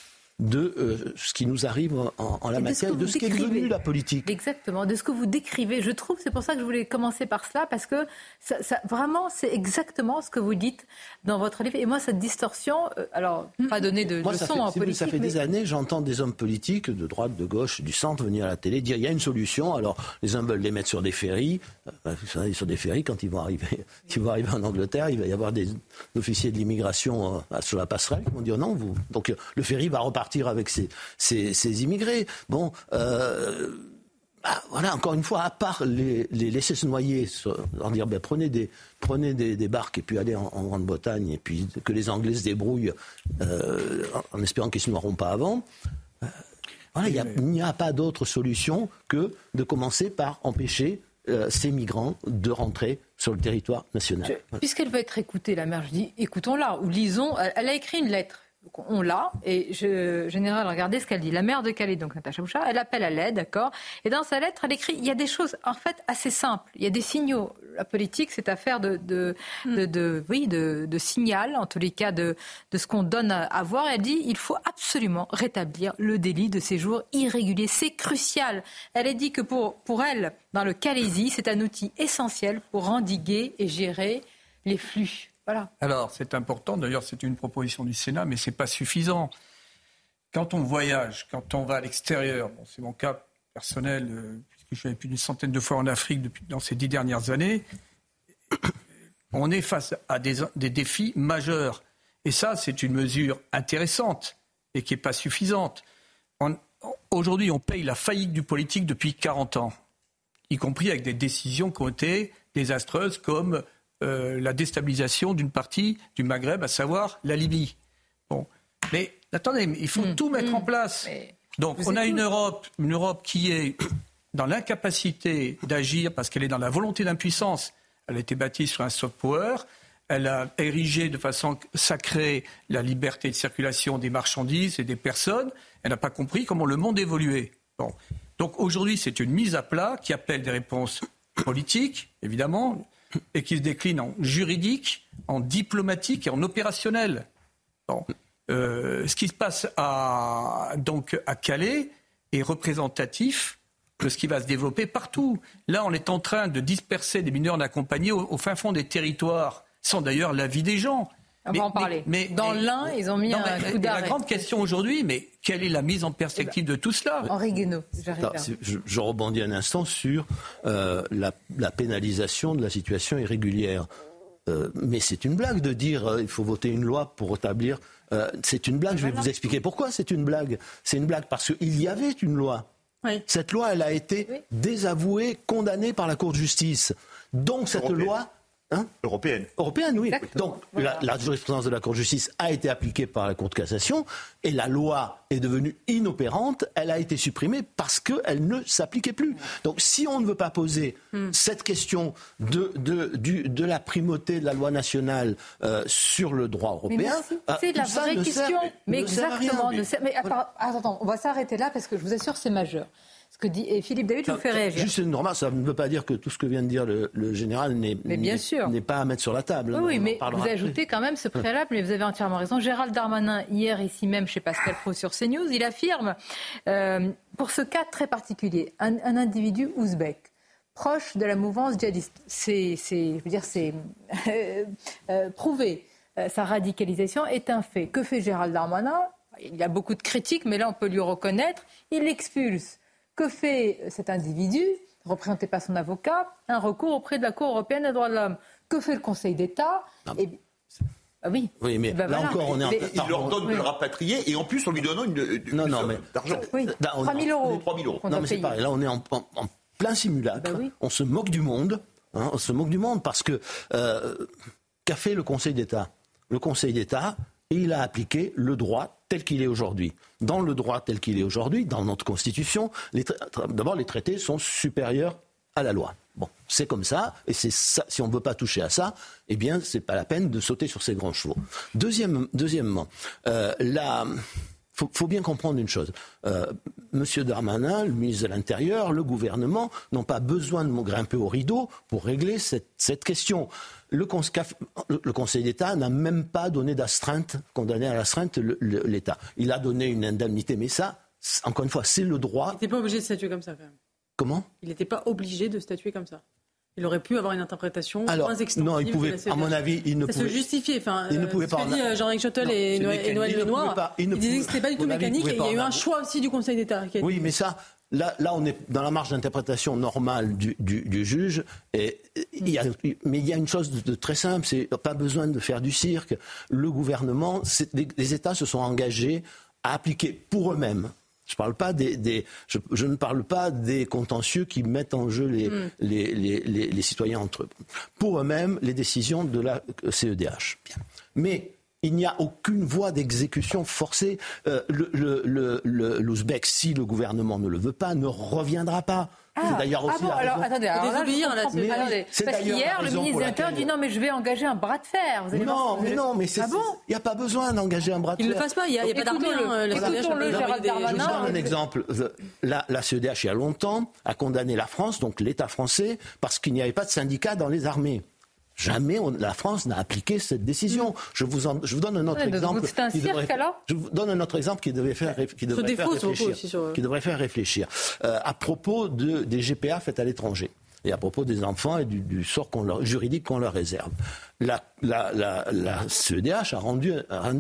de ce qui nous arrive en la matière, de ce qui est devenu la politique. Exactement, de ce que vous décrivez. Je trouve, c'est pour ça que je voulais commencer par cela, parce que vraiment, c'est exactement ce que vous dites dans votre livre. Et moi, cette distorsion, alors, pas donner de leçons en politique. Ça fait des années, j'entends des hommes politiques de droite, de gauche, du centre venir à la télé dire il y a une solution. Alors, les uns veulent les mettre sur des ferries. Vous savez, sur des ferries, quand ils vont arriver en Angleterre, il va y avoir des officiers de l'immigration sur la passerelle qui vont dire non, donc le ferry va repartir avec ces immigrés. Bon, voilà, encore une fois, à part les laisser se noyer, leur dire prenez des barques et puis allez en Grande-Bretagne et puis que les Anglais se débrouillent en espérant qu'ils ne se noieront pas avant. Voilà, il n'y a pas d'autre solution que de commencer par empêcher ces migrants de rentrer sur le territoire national. Puisqu'elle va être écoutée, la mère, je dis écoutons-la ou lisons. Elle a écrit une lettre. Donc on l'a, et Général, regardez ce qu'elle dit. La maire de Calais, donc Natacha Bouchard, elle appelle à l'aide, d'accord. Et dans sa lettre, elle écrit, il y a des choses, en fait, assez simples. Il y a des signaux. La politique, c'est affaire de signal, en tous les cas, de ce qu'on donne à voir. Elle dit, il faut absolument rétablir le délit de séjour irrégulier. C'est crucial. Elle a dit que pour elle, dans le Calaisis, c'est un outil essentiel pour endiguer et gérer les flux. Voilà. Alors, c'est important. D'ailleurs, c'est une proposition du Sénat, mais ce n'est pas suffisant. Quand on voyage, quand on va à l'extérieur, c'est mon cas personnel, puisque je suis allé plus d'une centaine de fois en Afrique dans ces 10 dernières années, on est face à des défis majeurs. Et ça, c'est une mesure intéressante et qui n'est pas suffisante. Aujourd'hui, on paye la faillite du politique depuis 40 ans, y compris avec des décisions qui ont été désastreuses comme la déstabilisation d'une partie du Maghreb, à savoir la Libye. Bon. Mais attendez, il faut tout mettre en place. Donc on a une Europe qui est dans l'incapacité d'agir parce qu'elle est dans la volonté d'impuissance. Elle a été bâtie sur un soft power. Elle a érigé de façon sacrée la liberté de circulation des marchandises et des personnes. Elle n'a pas compris comment le monde évoluait. Bon. Donc aujourd'hui, c'est une mise à plat qui appelle des réponses politiques, évidemment, et qui se décline en juridique, en diplomatique et en opérationnel. Bon. Ce qui se passe à Calais est représentatif de ce qui va se développer partout. Là, on est en train de disperser des mineurs accompagnés au fin fond des territoires, sans d'ailleurs l'avis des gens. On va en parler. Dans l'un, ils ont mis un coup d'arrêt. La grande question aujourd'hui, mais quelle est la mise en perspective de tout cela ? Henri Guénaud, je rebondis un instant sur la pénalisation de la situation irrégulière. Mais c'est une blague de dire il faut voter une loi pour rétablir. C'est une blague, je vais vous expliquer pourquoi c'est une blague. C'est une blague parce qu'il y avait une loi. Oui. Cette loi, elle a été désavouée, condamnée par la Cour de justice. Donc cette loi... Européenne, oui. Donc la jurisprudence de la Cour de justice a été appliquée par la Cour de cassation et la loi est devenue inopérante. Elle a été supprimée parce qu'elle ne s'appliquait plus. Donc si on ne veut pas poser cette question de la primauté de la loi nationale sur le droit européen, c'est la vraie question. Mais exactement. Attends, on va s'arrêter là parce que je vous assure, c'est majeur. Ce que dit Philippe David, je vous fais réagir. Juste une remarque, ça ne veut pas dire que tout ce que vient de dire le général n'est pas à mettre sur la table. Oui, mais vous ajoutez quand même ce préalable, mais vous avez entièrement raison. Gérald Darmanin, hier, ici même, chez Pascal Praud sur CNews, il affirme, pour ce cas très particulier, un individu ouzbek, proche de la mouvance djihadiste, c'est prouvé. Sa radicalisation est un fait. Que fait Gérald Darmanin ? Il y a beaucoup de critiques, mais là, on peut lui reconnaître. Il l'expulse. Que fait cet individu, représenté par son avocat, un recours auprès de la Cour européenne des droits de l'homme. Que fait le Conseil d'État ? Oui, mais là encore, on est il leur donne de le rapatrier et en plus, on lui donne une somme d'argent. Oui, 3 000 €. 3 000 €. Non, mais c'est pareil. Là, on est en plein simulacre. On se moque du monde. On se moque du monde parce que qu'a fait le Conseil d'État ? Le Conseil d'État, il a appliqué le droit tel qu'il est aujourd'hui. Dans le droit tel qu'il est aujourd'hui, dans notre Constitution, d'abord les traités sont supérieurs à la loi. Bon, c'est comme ça, et c'est ça, si on ne veut pas toucher à ça, eh bien, c'est pas la peine de sauter sur ces grands chevaux. Deuxièmement, faut bien comprendre une chose. Monsieur Darmanin, le ministre de l'Intérieur, le gouvernement n'ont pas besoin de grimper au rideau pour régler cette question. Le Conseil d'État n'a même pas donné d'astreinte, condamné à l'astreinte l'État. Il a donné une indemnité, mais ça, encore une fois, c'est le droit. Il n'était pas obligé de statuer comme ça, quand même. Comment ? Il n'était pas obligé de statuer comme ça. Il aurait pu avoir une interprétation moins extensive. Non, il pouvait, à mon avis, il ne pouvait. Ça se justifiait. Enfin, il ne pouvait pas. Ce que dit Jean-Éric Chotel et Noël Lenoir, il disait que ce n'était pas du tout mécanique et il y a eu un choix aussi du Conseil d'État. Oui, mais ça, là, on est dans la marge d'interprétation normale du juge. Mais il y a une chose de très simple, c'est pas besoin de faire du cirque. Le gouvernement, les États se sont engagés à appliquer pour eux-mêmes. Je ne parle pas des contentieux qui mettent en jeu les citoyens entre eux. Pour eux-mêmes, les décisions de la CEDH. Bien. Mais il n'y a aucune voie d'exécution forcée. L'Ouzbek, si le gouvernement ne le veut pas, ne reviendra pas. C'est d'ailleurs aussi alors attendez, parce qu'hier le ministre de l'Intérieur dit non mais je vais engager un bras de fer. Mais il n'y a pas besoin d'engager un bras de fer. Il ne le fasse pas, il n'y a pas d'armée. Écoutons-le, Gérald Darmanin. Je vous donne un exemple. La CEDH, il y a longtemps, a condamné la France, donc l'État français, parce qu'il n'y avait pas de syndicat dans les armées. Jamais la France n'a appliqué cette décision. Je vous donne un autre exemple. C'est un cirque alors ? Je vous donne un autre exemple qui devrait faire réfléchir. À propos des GPA faites à l'étranger et à propos des enfants et du sort juridique qu'on leur réserve. La CEDH a rendu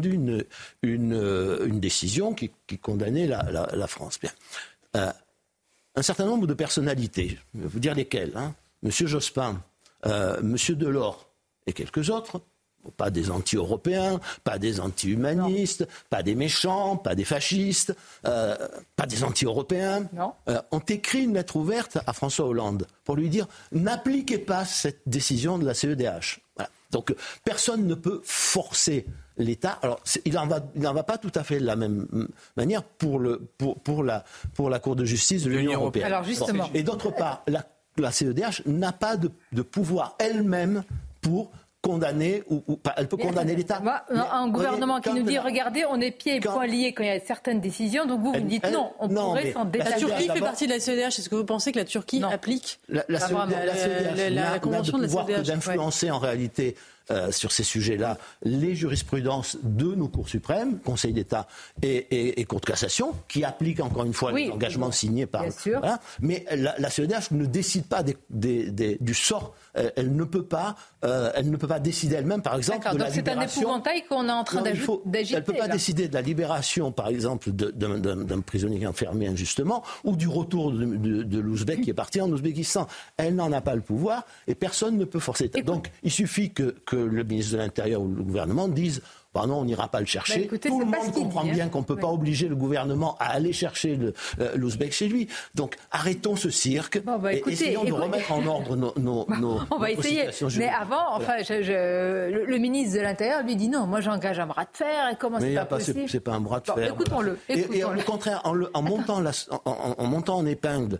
une décision qui condamnait la France. Bien. Un certain nombre de personnalités, je vais vous dire lesquelles. Monsieur Jospin, Monsieur Delors et quelques autres, pas des anti-européens, pas des anti-humanistes, pas des méchants, pas des fascistes, pas des anti-européens, ont écrit une lettre ouverte à François Hollande pour lui dire « N'appliquez pas cette décision de la CEDH ». Voilà. Donc personne ne peut forcer l'État. Alors il n'en va pas tout à fait de la même manière pour la Cour de justice de l'Union européenne. Alors justement. Et d'autre part, la CEDH n'a pas de pouvoir elle-même pour condamner elle peut condamner l'État. Un gouvernement qui nous dit regardez, on est pieds et poings liés quand il y a certaines décisions, donc vous me dites non, on pourrait s'en détacher. La Turquie fait partie de la CEDH. Est-ce que vous pensez que la Turquie applique la CEDH n'a de pouvoir que d'influencer en réalité sur ces sujets-là les jurisprudences de nos cours suprêmes, Conseil d'État et Cour de cassation, qui appliquent encore une fois les engagements signés par... Voilà. Mais la CEDH ne décide pas du sort. Elle ne peut pas décider elle-même, par exemple, de la libération. C'est un épouvantail qu'on est en train d'agiter. Elle ne peut pas décider de la libération, par exemple, d'un prisonnier enfermé injustement, ou du retour de l'Ouzbek qui est parti en Ouzbékistan. Elle n'en a pas le pouvoir et personne ne peut forcer. Donc, il suffit que le ministre de l'Intérieur ou le gouvernement disent non, on n'ira pas le chercher. Tout le monde comprend bien qu'on ne peut pas obliger le gouvernement à aller chercher l'Ouzbek chez lui. Donc arrêtons ce cirque et essayons de remettre en ordre nos on va essayer. Mais avant, le ministre de l'Intérieur lui dit non, moi j'engage un bras de fer. Et comment c'est pas possible ? C'est pas un bras de fer. Écoutons-le. Et au contraire, en montant en épingle,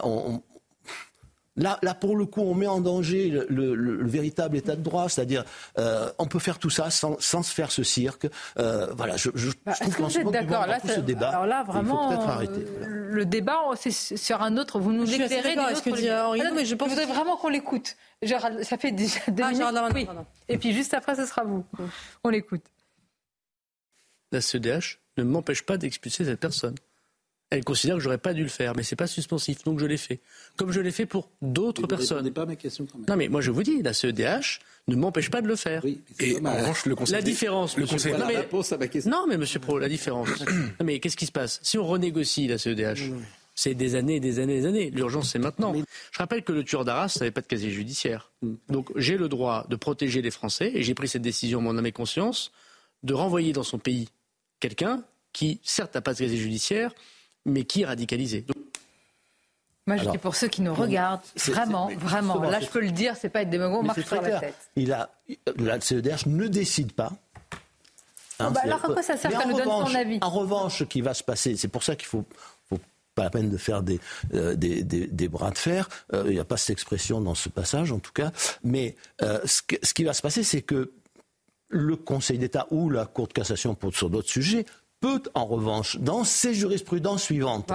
Là, pour le coup, on met en danger le véritable état de droit, c'est-à-dire on peut faire tout ça sans se faire ce cirque. Voilà, je trouve qu'en ce moment, dans tout ce débat, alors là, vraiment, il faut peut-être arrêter. Le débat, c'est sur un autre. Vous nous éclairez d'un autre. Mais je voudrais vraiment qu'on l'écoute. Ça fait déjà 2 minutes. Oui. Et puis juste après, ce sera vous. On l'écoute. La CEDH ne m'empêche pas d'expulser cette personne. Elle considère que j'aurais pas dû le faire, mais c'est pas suspensif, donc je l'ai fait. Comme je l'ai fait pour d'autres personnes. Vous ne répondez pas à ma question quand même. Non, mais moi je vous dis, la CEDH ne m'empêche pas de le faire. Oui, et en revanche, le Conseil. La différence, le Conseil. Non, mais réponse à ma question. Non, mais Monsieur Pro, la différence. Non, mais qu'est-ce qui se passe si on renégocie la CEDH? C'est des années et des années et des années. L'urgence, c'est maintenant. Je rappelle que le tueur d'Arras n'avait pas de casier judiciaire. Donc j'ai le droit de protéger les Français, et j'ai pris cette décision, mon âme et conscience, de renvoyer dans son pays quelqu'un qui, certes, n'a pas de casier judiciaire, mais qui est radicalisé. Moi, je dis pour ceux qui nous regardent, vraiment, là, je peux le dire, c'est pas être démagogue, on marche sur la tête. La CEDH ne décide pas. Alors, à quoi ça sert qu'elle nous donne son avis ? En revanche, ce qui va se passer, c'est pour ça qu'il faut pas la peine de faire des bras de fer. Il n'y a pas cette expression dans ce passage, en tout cas. Mais ce qui va se passer, c'est que le Conseil d'État ou la Cour de cassation, sur d'autres sujets, peut, en revanche, dans ses jurisprudences suivantes,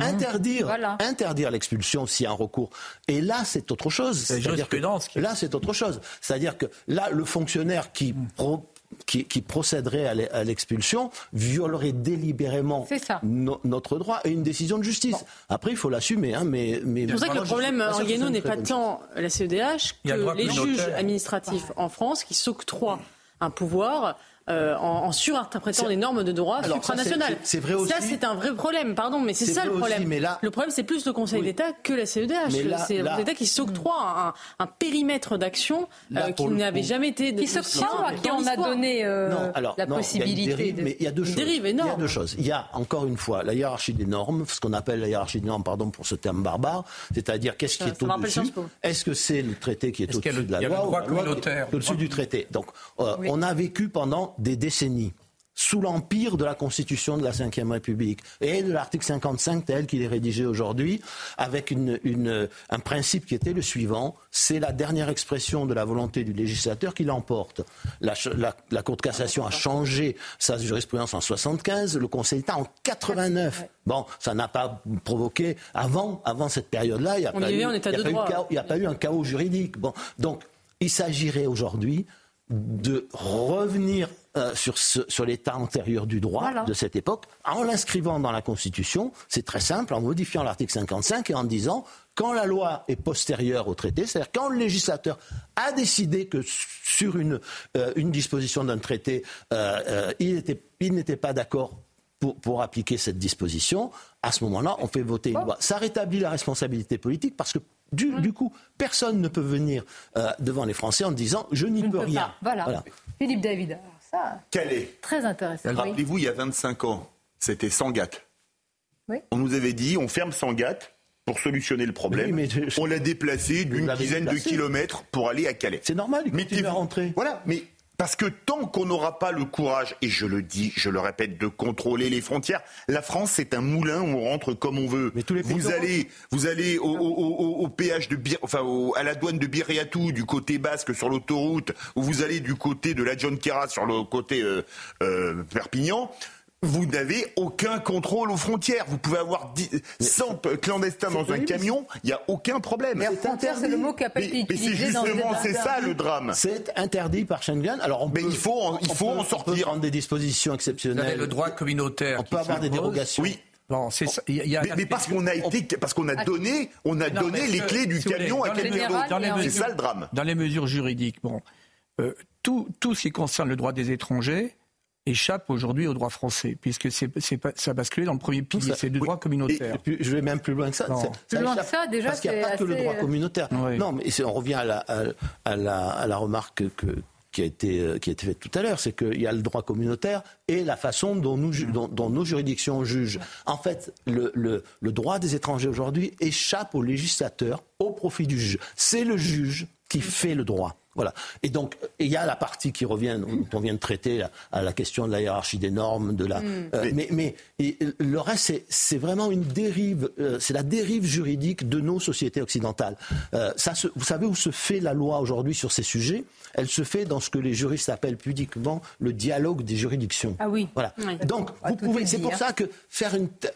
interdire l'expulsion s'il y a un recours. Et là, c'est autre chose. Là, c'est autre chose. C'est-à-dire que là, le fonctionnaire qui procéderait à l'expulsion violerait délibérément notre droit et une décision de justice. Bon. Après, il faut l'assumer. C'est pour ça que le problème, en Guénon, n'est pas tant la CEDH que les juges administratifs en France qui s'octroient un pouvoir en surinterprétant les normes de droit supranationales. C'est vrai aussi. Ça, c'est un vrai problème, pardon, mais c'est ça le problème. Aussi, là, le problème, c'est plus le Conseil d'État que la CEDH. C'est le Conseil d'État qui s'octroie un périmètre d'action qui n'avait jamais été... Qui s'octroie, qui en a donné la possibilité. Mais il y a deux choses. Il y a, encore une fois, la hiérarchie des normes, ce qu'on appelle la hiérarchie des normes, pardon pour ce terme barbare, c'est-à-dire qu'est-ce qui est au-dessus. Est-ce que c'est le traité qui est au-dessus de la loi ou la loi qui est au-dessus du traité? Donc, on a vécu pendant des décennies sous l'empire de la Constitution de la Ve République et de l'article 55 tel qu'il est rédigé aujourd'hui, avec un principe qui était le suivant: c'est la dernière expression de la volonté du législateur qui l'emporte. La Cour de cassation a changé sa jurisprudence en 75, le Conseil d'État en 89. Bon, ça n'a pas provoqué, avant cette période-là, il n'y a pas eu un chaos juridique. Bon, donc, il s'agirait aujourd'hui de revenir sur l'état antérieur du droit de cette époque, en l'inscrivant dans la Constitution. C'est très simple, en modifiant l'article 55 et en disant quand la loi est postérieure au traité, c'est-à-dire quand le législateur a décidé que sur une disposition d'un traité, il n'était pas d'accord pour appliquer cette disposition, à ce moment-là, on fait voter une loi. Ça rétablit la responsabilité politique parce que du coup, personne ne peut venir devant les Français en disant « je n'y peux rien ». Voilà. Philippe David, ça, très intéressant. Rappelez-vous, il y a 25 ans, c'était Sangatte. Oui. On nous avait dit « on ferme Sangatte pour solutionner le problème ». On l'a déplacé d'une dizaine de kilomètres pour aller à Calais. C'est normal, il continue à rentrer. Voilà, mais... Parce que tant qu'on n'aura pas le courage, et je le dis, je le répète, de contrôler les frontières, la France c'est un moulin où on rentre comme on veut. Mais tous les vous allez au péage à la douane de Biriatou du côté basque sur l'autoroute, ou vous allez du côté de la Jonquera sur le côté Perpignan. Vous n'avez aucun contrôle aux frontières. Vous pouvez avoir 100 clandestins dans un camion, il n'y a aucun problème. Mais frontière, c'est le mot qui n'a pas été utilisé. Mais c'est justement, c'est ça le drame. C'est interdit par Schengen. Alors il faut en sortir. On peut prendre des dispositions exceptionnelles. Le droit communautaire. On peut avoir des dérogations. Oui. Bon, c'est ça. Mais parce qu'on a donné les clés du camion à quelqu'un d'autre. C'est ça le drame. Dans les mesures juridiques, tout ce qui concerne le droit des étrangers échappe aujourd'hui au droit français, puisque ça a basculé dans le premier pilier, c'est le droit communautaire. Et puis, je vais même plus loin que ça. Plus loin que ça, déjà, parce qu'il n'y a pas que le droit communautaire. Oui. Non, mais on revient à la remarque qui a été faite tout à l'heure, c'est qu'il y a le droit communautaire et la façon dont nos juridictions jugent. En fait, le droit des étrangers aujourd'hui échappe au législateur au profit du juge. C'est le juge qui fait le droit. Voilà. Et donc, il y a la partie qui revient, dont on vient de traiter, à la question de la hiérarchie des normes, mais le reste, c'est vraiment une dérive, c'est la dérive juridique de nos sociétés occidentales. Vous savez où se fait la loi aujourd'hui sur ces sujets? Elle se fait dans ce que les juristes appellent pudiquement le dialogue des juridictions. Ah oui. Voilà. Oui. Donc, c'est pour ça que faire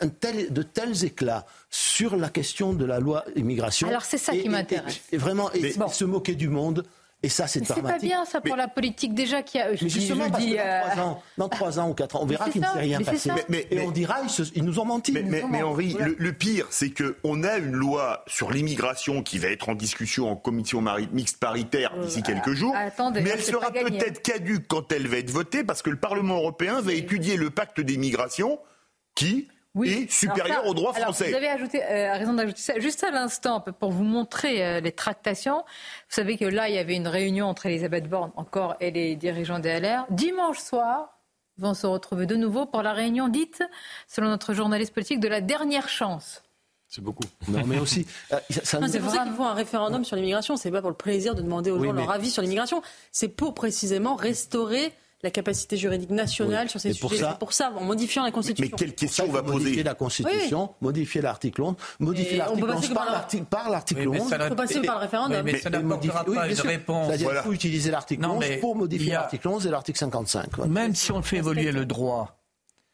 de tels éclats sur la question de la loi immigration. Alors, c'est ça qui m'intéresse. Et se moquer du monde. Et ça, c'est dramatique. C'est pas bien, ça, pour la politique, déjà, qui a... Mais justement, parce que dans 3 ans ou 4 ans, on verra qu'il ne s'est rien passé. Et on dira, ils nous ont menti. Mais Henri, le pire, c'est qu'on a une loi sur l'immigration qui va être en discussion en commission mixte paritaire d'ici quelques jours. Attendez, mais elle sera peut-être caduque quand elle va être votée, parce que le Parlement européen va étudier le pacte des migrations qui... est supérieur au droit français. Vous avez raison d'ajouter ça. Juste à l'instant, pour vous montrer les tractations, vous savez que là, il y avait une réunion entre Elisabeth Borne encore et les dirigeants des LR. Dimanche soir, ils vont se retrouver de nouveau pour la réunion dite, selon notre journaliste politique, de la dernière chance. C'est beaucoup. Non, mais aussi... c'est pour ça qu'il faut un référendum sur l'immigration. C'est pas pour le plaisir de demander aux gens leur avis sur l'immigration. C'est pour précisément restaurer la capacité juridique nationale sur ces sujets. C'est pour ça, en modifiant la Constitution. Mais quelle question on va poser? Modifier la Constitution, modifier l'article 11, modifier l'article 11 par l'article 11. On peut passer par le référendum. Mais ça n'apportera pas une réponse. C'est-à-dire qu'il faut utiliser l'article 11 pour modifier l'article 11 et l'article 55. Même si on fait évoluer le droit,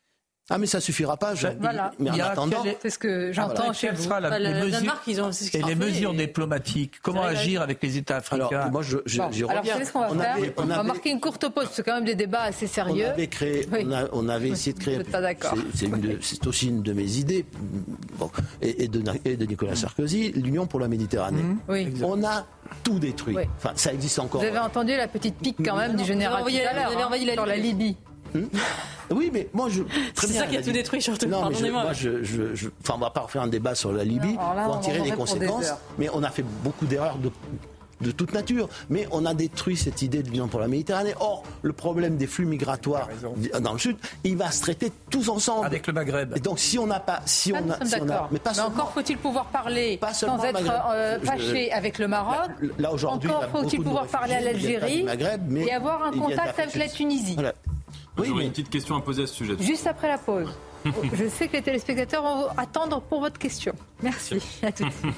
Ah mais ça suffira pas. Voilà. Mais en attendant, c'est ce que j'entends chez vous. Les mesures diplomatiques. Comment agir avec les États africains? Alors, moi, j'y reviens. Alors, c'est ce qu'on va faire. On va marquer une courte pause. C'est quand même des débats assez sérieux. On avait essayé de créer. Vous n'êtes pas d'accord. C'est aussi une de mes idées. Bon, et de Nicolas Sarkozy, l'Union pour la Méditerranée. Oui. On a tout détruit. Oui. Enfin, ça existe encore. Vous avez entendu la petite pique quand même du général tout à l'heure. Vous avez envahi sur la Libye. Oui, mais moi, c'est ça qui a tout détruit, surtout. Non, pardonnez-moi. Enfin, on va pas refaire un débat sur la Libye pour en tirer les conséquences. Mais on a fait beaucoup d'erreurs de toute nature. Mais on a détruit cette idée de l'Union pour la Méditerranée. Or, le problème des flux migratoires dans le Sud, il va se traiter tous ensemble. Avec le Maghreb. Et donc, si on n'a pas... mais encore faut-il pouvoir parler sans être fâché avec le Maroc. Là, aujourd'hui, encore faut-il pouvoir parler à l'Algérie et avoir un contact avec la Tunisie. Voilà. Oui, j'aurais une petite question à poser à ce sujet. Juste après la pause. Je sais que les téléspectateurs vont attendre pour votre question. Merci. À tout de suite.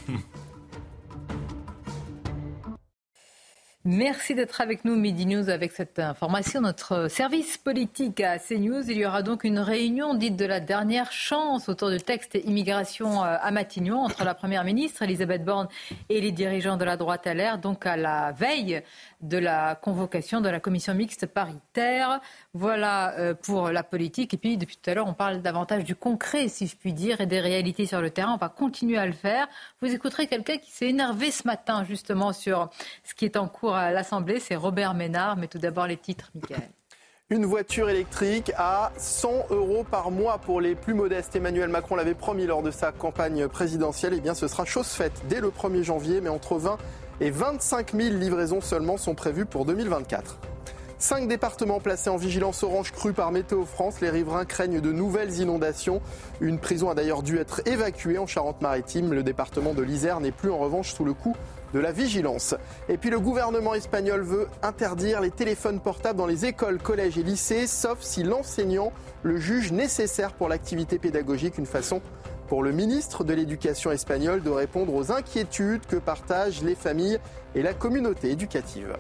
Merci d'être avec nous, Midi News, avec cette information. Notre service politique à CNews, il y aura donc une réunion dite de la dernière chance autour du texte immigration à Matignon entre la Première ministre Elisabeth Borne et les dirigeants de la droite LR, donc à la veille de la convocation de la commission mixte paritaire. Voilà pour la politique. Et puis, depuis tout à l'heure, on parle davantage du concret, si je puis dire, et des réalités sur le terrain. On va continuer à le faire. Vous écouterez quelqu'un qui s'est énervé ce matin, justement, sur ce qui est en cours à l'Assemblée. C'est Robert Ménard. Mais tout d'abord, les titres, Mickaël. Une voiture électrique à 100 € par mois pour les plus modestes. Emmanuel Macron l'avait promis lors de sa campagne présidentielle. Eh bien, ce sera chose faite dès le 1er janvier, mais entre 20 et 25 000 livraisons seulement sont prévues pour 2024. 5 départements placés en vigilance orange crue par Météo France. Les riverains craignent de nouvelles inondations. Une prison a d'ailleurs dû être évacuée en Charente-Maritime. Le département de l'Isère n'est plus en revanche sous le coup de la vigilance. Et puis le gouvernement espagnol veut interdire les téléphones portables dans les écoles, collèges et lycées, sauf si l'enseignant le juge nécessaire pour l'activité pédagogique. Une façon pour le ministre de l'Éducation espagnol de répondre aux inquiétudes que partagent les familles et la communauté éducative.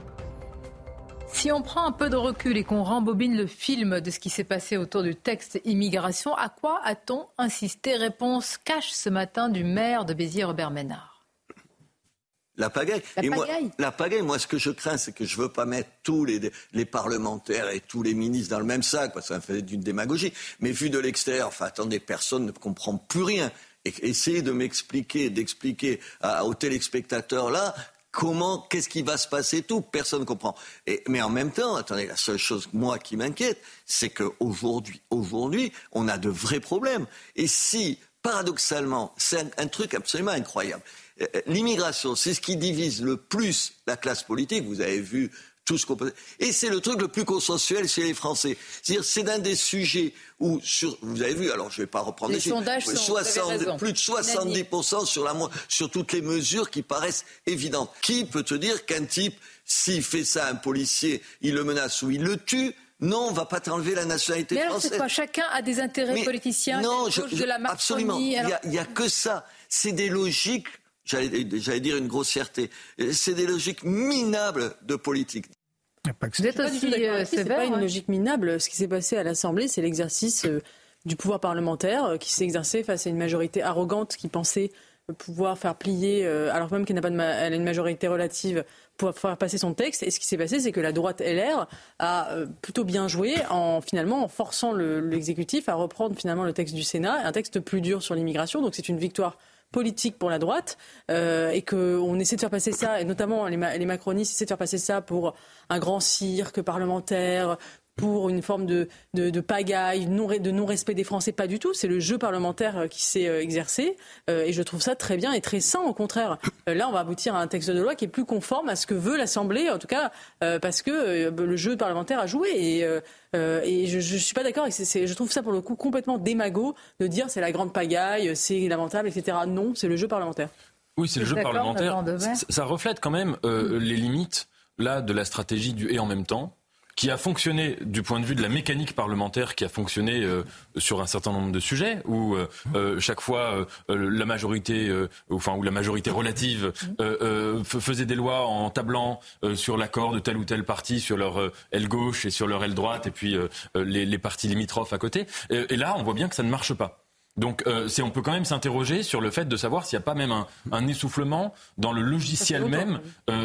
Si on prend un peu de recul et qu'on rembobine le film de ce qui s'est passé autour du texte immigration, à quoi a-t-on insisté? Réponse cash ce matin du maire de Béziers, Robert Ménard. La pagaille. La pagaille, moi, ce que je crains, c'est que je veux pas mettre tous les parlementaires et tous les ministres dans le même sac, parce que ça fait d'une démagogie. Mais vu de l'extérieur, enfin, attendez, personne ne comprend plus rien. Et essayez de d'expliquer aux téléspectateurs là, qu'est-ce qui va se passer, tout, personne ne comprend. Mais en même temps, attendez, la seule chose, moi, qui m'inquiète, c'est qu'aujourd'hui, on a de vrais problèmes. Et si, paradoxalement, c'est un truc absolument incroyable. L'immigration, c'est ce qui divise le plus la classe politique. Vous avez vu tout ce qu'on peut... Et c'est le truc le plus consensuel chez les Français. C'est-à-dire, c'est d'un des sujets où, vous avez vu, alors je ne vais pas reprendre les sondages, plus de 70% sur toutes les mesures qui paraissent évidentes. Qui peut te dire qu'un type, s'il fait ça à un policier, il le menace ou il le tue, non, on ne va pas t'enlever la nationalité française. Mais alors, c'est quoi? Chacun a des intérêts politiciens, non, de la Macronie. Absolument, il n'y a que ça. C'est des logiques... J'allais dire une grossièreté. C'est des logiques minables de politique. Vous êtes aussi sévère. C'est pas une logique minable. Ce qui s'est passé à l'Assemblée, c'est l'exercice du pouvoir parlementaire qui s'est exercé face à une majorité arrogante qui pensait pouvoir faire plier, alors même qu'elle elle a une majorité relative, pour faire passer son texte. Et ce qui s'est passé, c'est que la droite LR a plutôt bien joué en forçant l'exécutif à reprendre finalement le texte du Sénat, un texte plus dur sur l'immigration. Donc c'est une victoire politique pour la droite et qu'on essaie de faire passer ça, et notamment les macronistes essaient de faire passer ça pour un grand cirque parlementaire, pour une forme de pagaille, de non-respect des Français. Pas du tout, c'est le jeu parlementaire qui s'est exercé et je trouve ça très bien et très sain. Au contraire, là on va aboutir à un texte de loi qui est plus conforme à ce que veut l'Assemblée, en tout cas parce que le jeu parlementaire a joué et je suis pas d'accord. Je trouve ça pour le coup complètement démago de dire c'est la grande pagaille, c'est lamentable, etc. Non, c'est le jeu parlementaire. Oui, c'est le jeu parlementaire. Ça reflète quand même les limites là de la stratégie du et en même temps. qui a fonctionné du point de vue de la mécanique parlementaire, qui a fonctionné sur un certain nombre de sujets, où chaque fois la majorité, ou la majorité relative faisait des lois en tablant sur l'accord de tel ou tel parti, sur leur aile gauche et sur leur aile droite, et puis les partis limitrophes à côté. Et là, on voit bien que ça ne marche pas. Donc on peut quand même s'interroger sur le fait de savoir s'il n'y a pas même un essoufflement dans le logiciel même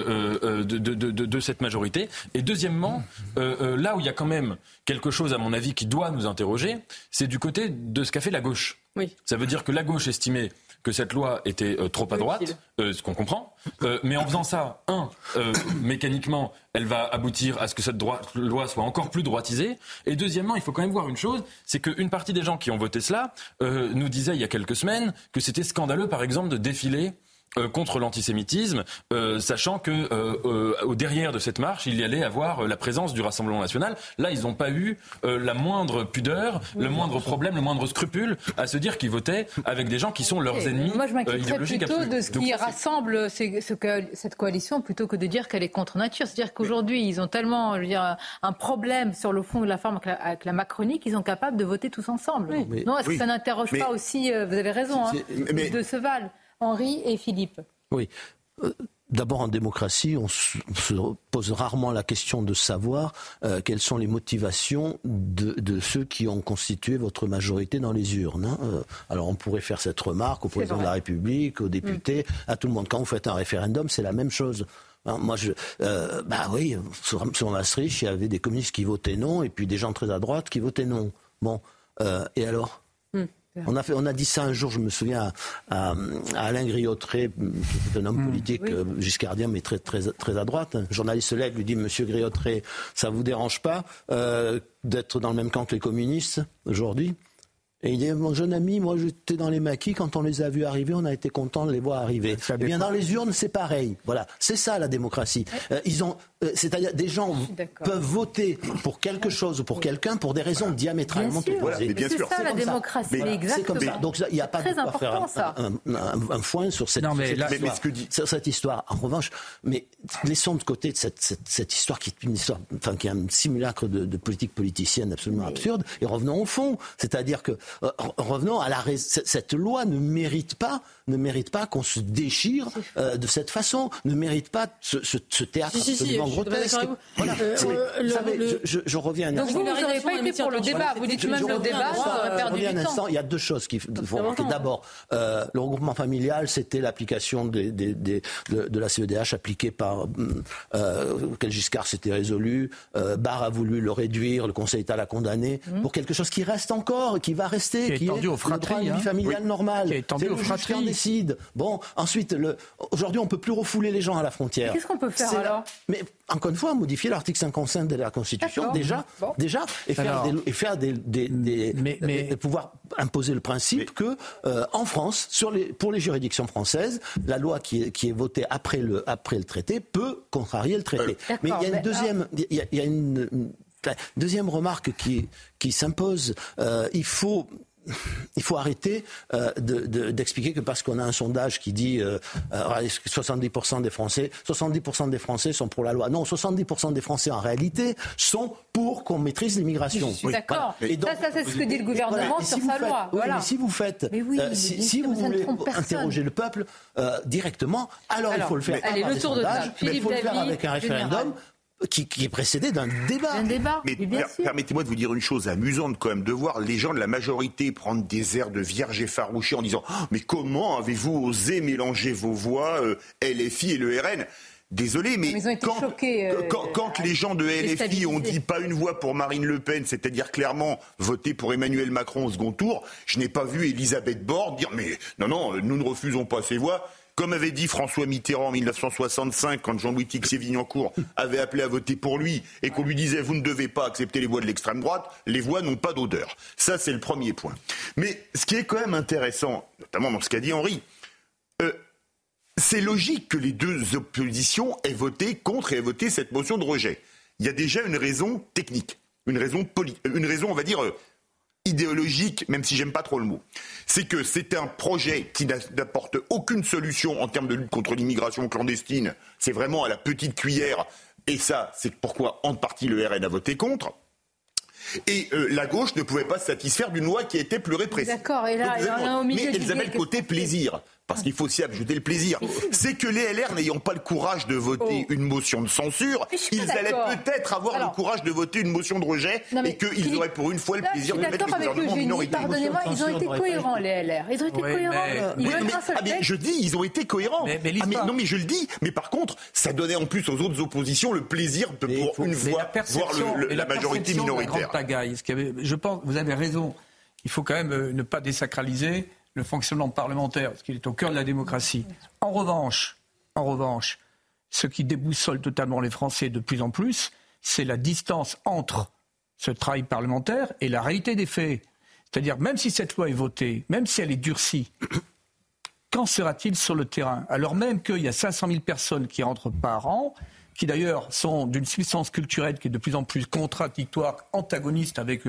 de cette majorité. Et deuxièmement, là où il y a quand même quelque chose, à mon avis, qui doit nous interroger, c'est du côté de ce qu'a fait la gauche. Oui. Ça veut dire que la gauche estimait que cette loi était trop à droite, ce qu'on comprend, mais en faisant ça, mécaniquement, elle va aboutir à ce que cette loi soit encore plus droitisée, et deuxièmement, il faut quand même voir une chose, c'est qu'une partie des gens qui ont voté cela nous disaient il y a quelques semaines que c'était scandaleux, par exemple, de défiler contre l'antisémitisme, sachant que au derrière de cette marche, il y allait avoir la présence du Rassemblement national. Là, ils n'ont pas eu la moindre pudeur, le moindre problème, le moindre scrupule à se dire qu'ils votaient avec des gens qui sont leurs ennemis. Moi, je m'inquiéterais plutôt absolus. de ce qui rassemble cette coalition plutôt que de dire qu'elle est contre nature. C'est-à-dire qu'aujourd'hui, ils ont tellement, un problème sur le fond de la forme avec la Macronie qu'ils sont capables de voter tous ensemble. Oui. Non, est-ce que ça n'interroge pas aussi, vous avez raison, de Seval, Henri et Philippe. Oui. D'abord, en démocratie, on se pose rarement la question de savoir quelles sont les motivations de ceux qui ont constitué votre majorité dans les urnes. Alors, on pourrait faire cette remarque au président de la République, aux députés, à tout le monde. Quand vous faites un référendum, c'est la même chose. Moi, oui, sur Maastricht, il y avait des communistes qui votaient non, et puis des gens très à droite qui votaient non. Bon, et alors ? On a dit ça un jour, je me souviens, à Alain Griottret, qui est un homme politique giscardien, mais très, très, très à droite. Un journaliste se lève, lui dit « Monsieur Griottret, ça vous dérange pas d'être dans le même camp que les communistes aujourd'hui ?» Et il dit, mon jeune ami, moi j'étais dans les maquis, quand on les a vus arriver, on a été content de les voir arriver. Eh bien dans les urnes, c'est pareil. Voilà, c'est ça la démocratie. C'est-à-dire des gens peuvent voter pour quelque chose ou pour quelqu'un pour des raisons diamétralement opposées. Voilà, c'est ça la démocratie, exactement. C'est comme ça. Donc il n'y a pas de quoi faire un foin sur cette histoire. En revanche, mais laissons de côté cette histoire qui est une histoire, qui est un simulacre de politique politicienne absolument absurde, et revenons au fond. C'est-à-dire que revenons à cette loi ne mérite pas qu'on se déchire de cette façon, ne mérite pas ce théâtre absolument grotesque. Voilà. Je reviens un instant. Donc vous n'aurez pas été pour le débat, vous dites même le débat, ça aurait perdu du temps. Il y a deux choses qui font remarquer. D'abord, le regroupement familial, c'était l'application de la CEDH appliquée par auquel Giscard s'était résolu. Barre a voulu le réduire, le Conseil d'État l'a condamné pour quelque chose qui reste encore, qui va rester, qui est le droit à une vie familiale normale. C'est le juge qui en décide. Bon, ensuite, aujourd'hui, on ne peut plus refouler les gens à la frontière. Qu'est-ce qu'on peut faire alors ? Mais encore une fois, modifier l'article 55 de la Constitution, déjà, et pouvoir imposer le principe que, en France, pour les juridictions françaises, la loi qui est votée après le traité peut contrarier le traité. Mais il y a une deuxième remarque qui s'impose. Il faut arrêter d'expliquer que parce qu'on a un sondage qui dit 70% des Français sont pour la loi. Non, 70% des Français en réalité sont pour qu'on maîtrise l'immigration. Je suis d'accord. Voilà. Ça c'est ce que dit le gouvernement sur sa loi. Oui, mais si vous faites, si vous voulez interroger le peuple directement, alors il faut le faire. Allez, le tour de table. Mais il faut le faire avec un référendum. Qui est précédé d'un débat. Mais permettez-moi de vous dire une chose amusante quand même, de voir les gens de la majorité prendre des airs de vierge effarouchés en disant « Mais comment avez-vous osé mélanger vos voix, LFI et le RN ?» Désolé, mais quand les gens de LFI ont dit pas une voix pour Marine Le Pen, c'est-à-dire clairement voter pour Emmanuel Macron au second tour, je n'ai pas vu Elisabeth Borne dire « Mais non, nous ne refusons pas ces voix ». Comme avait dit François Mitterrand en 1965, quand Jean-Louis Tixier-Vignancourt avait appelé à voter pour lui et qu'on lui disait « Vous ne devez pas accepter les voix de l'extrême droite, les voix n'ont pas d'odeur ». Ça, c'est le premier point. Mais ce qui est quand même intéressant, notamment dans ce qu'a dit Henri, c'est logique que les deux oppositions aient voté contre et aient voté cette motion de rejet. Il y a déjà une raison technique, une raison, on va dire, idéologique, même si j'aime pas trop le mot. C'est que c'est un projet qui n'apporte aucune solution en termes de lutte contre l'immigration clandestine. C'est vraiment à la petite cuillère et ça, c'est pourquoi en partie le RN a voté contre. Et la gauche ne pouvait pas se satisfaire d'une loi qui était plus répressive. D'accord, et là, il y en a au milieu. Mais elles avaient le côté plaisir. Parce qu'il faut aussi ajouter le plaisir. C'est que les LR n'ayant pas le courage de voter une motion de censure, ils allaient peut-être avoir le courage de voter une motion de rejet et qu'ils auraient pour une fois le plaisir de mettre le gouvernement minoritaire. Pardonnez-moi, ils ont été cohérents, les LR. Ils ont été cohérents. Je dis, ils ont été cohérents. Non, mais je le dis. Mais par contre, ça donnait en plus aux autres oppositions le plaisir de pour une fois voir la majorité minoritaire. Je pense, vous avez raison. Il faut quand même ne pas désacraliser le fonctionnement parlementaire, parce qu'il est au cœur de la démocratie. En revanche, ce qui déboussole totalement les Français de plus en plus, c'est la distance entre ce travail parlementaire et la réalité des faits. C'est-à-dire, même si cette loi est votée, même si elle est durcie, qu'en sera-t-il sur le terrain ? Alors même qu'il y a 500 000 personnes qui rentrent par an, qui d'ailleurs sont d'une substance culturelle qui est de plus en plus contradictoire, antagoniste avec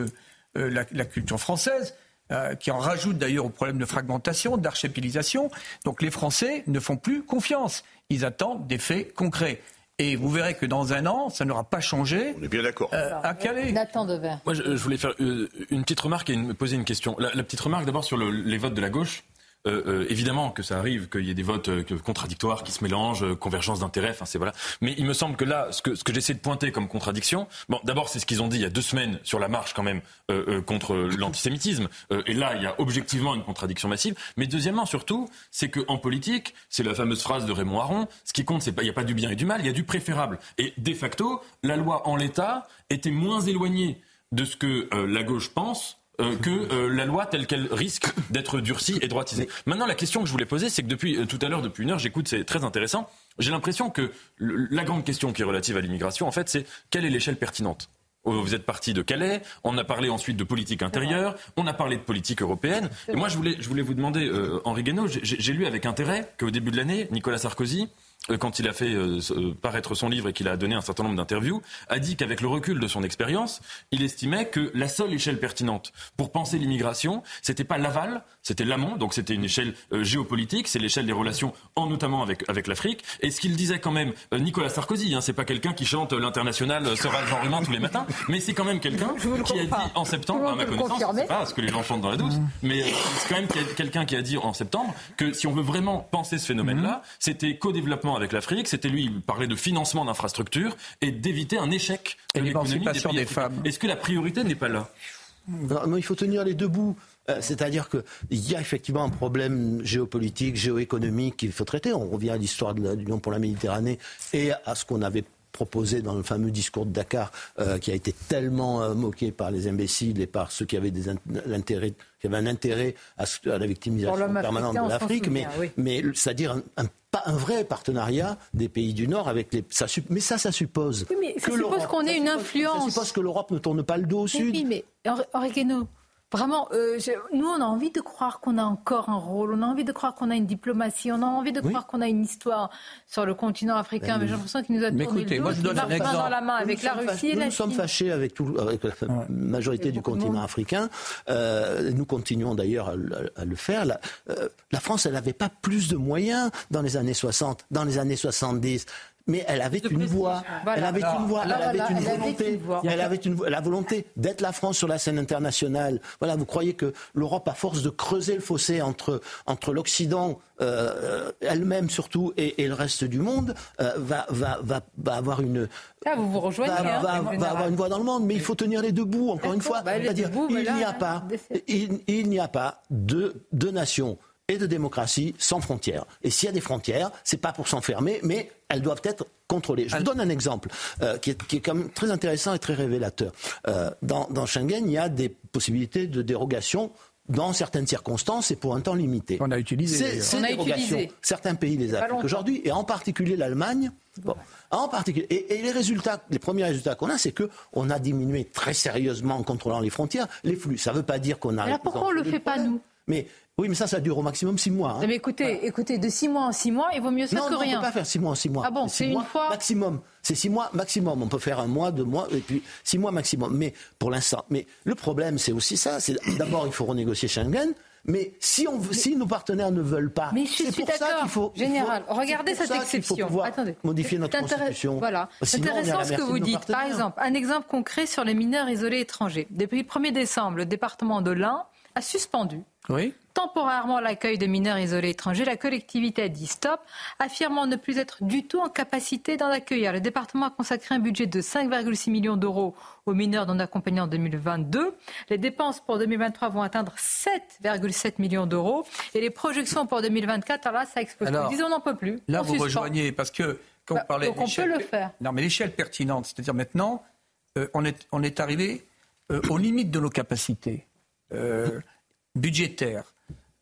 la culture française, qui en rajoute d'ailleurs au problème de fragmentation, d'archipélisation. Donc les Français ne font plus confiance. Ils attendent des faits concrets. Et vous verrez que dans un an, ça n'aura pas changé. On est bien d'accord. À Calais. Nathan Dever. Moi, je voulais faire une petite remarque et me poser une question. La petite remarque d'abord sur les votes de la gauche. Évidemment que ça arrive, qu'il y ait des votes contradictoires qui se mélangent, convergence d'intérêts, enfin c'est voilà. Mais il me semble que là, ce que j'essaie de pointer comme contradiction, bon, d'abord c'est ce qu'ils ont dit il y a 2 semaines sur la marche quand même contre l'antisémitisme, et là il y a objectivement une contradiction massive. Mais deuxièmement surtout, c'est que en politique, c'est la fameuse phrase de Raymond Aron, ce qui compte, c'est pas, il y a pas du bien et du mal, il y a du préférable. Et de facto, la loi en l'état était moins éloignée de ce que la gauche pense. Que la loi telle qu'elle risque d'être durcie et droitisée. Maintenant, la question que je voulais poser, c'est que depuis tout à l'heure, depuis une heure, j'écoute, c'est très intéressant. J'ai l'impression que la grande question qui est relative à l'immigration, en fait, c'est quelle est l'échelle pertinente ? Vous êtes parti de Calais, on a parlé ensuite de politique intérieure, on a parlé de politique européenne. Et moi, je voulais vous demander, Henri Guénaud, j'ai lu avec intérêt qu'au début de l'année, Nicolas Sarkozy, quand il a fait paraître son livre et qu'il a donné un certain nombre d'interviews, a dit qu'avec le recul de son expérience, il estimait que la seule échelle pertinente pour penser l'immigration, c'était pas l'aval, c'était l'amont, donc c'était une échelle géopolitique, c'est l'échelle des relations, notamment avec l'Afrique. Et ce qu'il disait quand même, Nicolas Sarkozy, c'est pas quelqu'un qui chante l'international sera le genre humain tous les matins, mais c'est quand même quelqu'un qui a dit en septembre, à ma connaissance, c'est pas ce que les gens chantent dans la douce, mais c'est quand même quelqu'un qui a dit en septembre que si on veut vraiment penser ce phénomène-là, c'était co-développement avec l'Afrique, c'était lui, il parlait de financement d'infrastructures et d'éviter un échec de l'économie des femmes. Est-ce que la priorité n'est pas là ? Non, il faut tenir les deux bouts. C'est-à-dire qu'il y a effectivement un problème géopolitique, géoéconomique qu'il faut traiter. On revient à l'histoire de l'Union pour la Méditerranée et à ce qu'on avait proposé dans le fameux discours de Dakar, qui a été tellement moqué par les imbéciles et par ceux qui avaient un intérêt à la victimisation permanente de l'Afrique, mais c'est-à-dire pas un vrai partenariat des pays du Nord avec les. Mais ça suppose. Oui, mais ça suppose qu'on ait une influence. Ça suppose que l'Europe ne tourne pas le dos au Sud. Oui, mais Henri Guénaud, vraiment, nous, on a envie de croire qu'on a encore un rôle, on a envie de croire qu'on a une diplomatie, on a envie de croire qu'on a une histoire sur le continent africain, mais j'ai l'impression qu'il nous a tourné le dos. Moi, je donne un exemple. Dans la main avec la Russie et la Chine. Nous sommes fâchés avec la majorité du continent africain. Nous continuons d'ailleurs à le faire. La France, elle n'avait pas plus de moyens dans les années 60, dans les années 70. Mais elle avait une voix, elle avait une voix, elle avait une volonté, elle avait la volonté d'être la France sur la scène internationale. Voilà, vous croyez que l'Europe, à force de creuser le fossé entre l'Occident, elle-même surtout, et le reste du monde, va avoir une... Là, vous vous rejoignez, va avoir une voix dans le monde, mais il faut tenir les deux bouts, encore une fois. C'est-à-dire, il n'y a pas de nation et de démocratie sans frontières. Et s'il y a des frontières, c'est pas pour s'enfermer, mais elles doivent être contrôlées. Je vous donne un exemple qui est quand même très intéressant et très révélateur. Dans Schengen, il y a des possibilités de dérogation dans certaines circonstances et pour un temps limité. On a utilisé. Ces dérogations, certains pays les appliquent aujourd'hui, et en particulier l'Allemagne. Bon, en particulier. Et les premiers résultats qu'on a, c'est qu'on a diminué très sérieusement en contrôlant les frontières les flux. Ça ne veut pas dire qu'on a... Alors pourquoi on ne le fait pas, nous ? Oui, mais ça dure au maximum 6 mois. Mais écoutez, de 6 mois en 6 mois, il vaut mieux ça que rien. Non, on ne peut pas faire 6 mois en 6 mois. Ah bon, c'est une fois maximum. C'est 6 mois maximum. On peut faire 1 mois, 2 mois, et puis 6 mois maximum. Mais pour l'instant. Mais le problème, c'est aussi ça. D'abord, il faut renégocier Schengen. Mais si nos partenaires ne veulent pas, c'est pour ça qu'il faut... Général, regardez cette exception. Attendez. Modifier notre constitution. Voilà. C'est intéressant ce que vous dites. Par exemple, un exemple concret sur les mineurs isolés étrangers. Depuis le 1er décembre, le département de l'Ain a suspendu temporairement l'accueil de mineurs isolés étrangers. La collectivité a dit stop, affirmant ne plus être du tout en capacité d'en accueillir. Le département a consacré un budget de 5,6 millions d'euros aux mineurs non accompagnés en 2022. Les dépenses pour 2023 vont atteindre 7,7 millions d'euros. Et les projections pour 2024, alors là, ça explose. Alors, disons, on n'en peut plus. Là, vous rejoignez, parce que quand on parlait donc on peut le faire. Non, mais l'échelle pertinente, c'est-à-dire maintenant, on est arrivé aux limites de nos capacités budgétaires,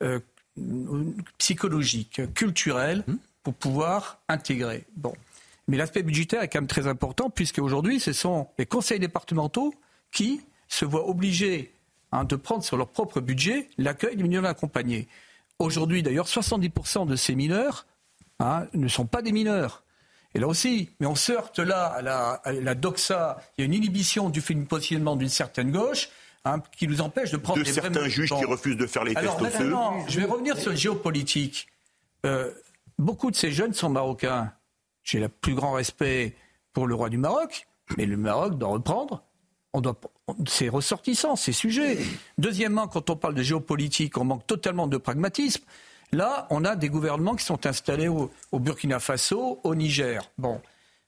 psychologiques, culturelles, pour pouvoir intégrer. Bon. Mais l'aspect budgétaire est quand même très important, puisque aujourd'hui, ce sont les conseils départementaux qui se voient obligés de prendre sur leur propre budget l'accueil des mineurs accompagnés. Aujourd'hui, d'ailleurs, 70% de ces mineurs ne sont pas des mineurs. Et là aussi, mais on se heurte là à la doxa, il y a une inhibition du positionnement d'une certaine gauche, qui nous empêche de prendre des certains juges qui refusent de faire les tests osseux. Je vais revenir sur le géopolitique. Beaucoup de ces jeunes sont marocains. J'ai le plus grand respect pour le roi du Maroc, mais le Maroc doit reprendre. C'est ressortissant, c'est sujet. Deuxièmement, quand on parle de géopolitique, on manque totalement de pragmatisme. Là, on a des gouvernements qui sont installés au Burkina Faso, au Niger. Bon.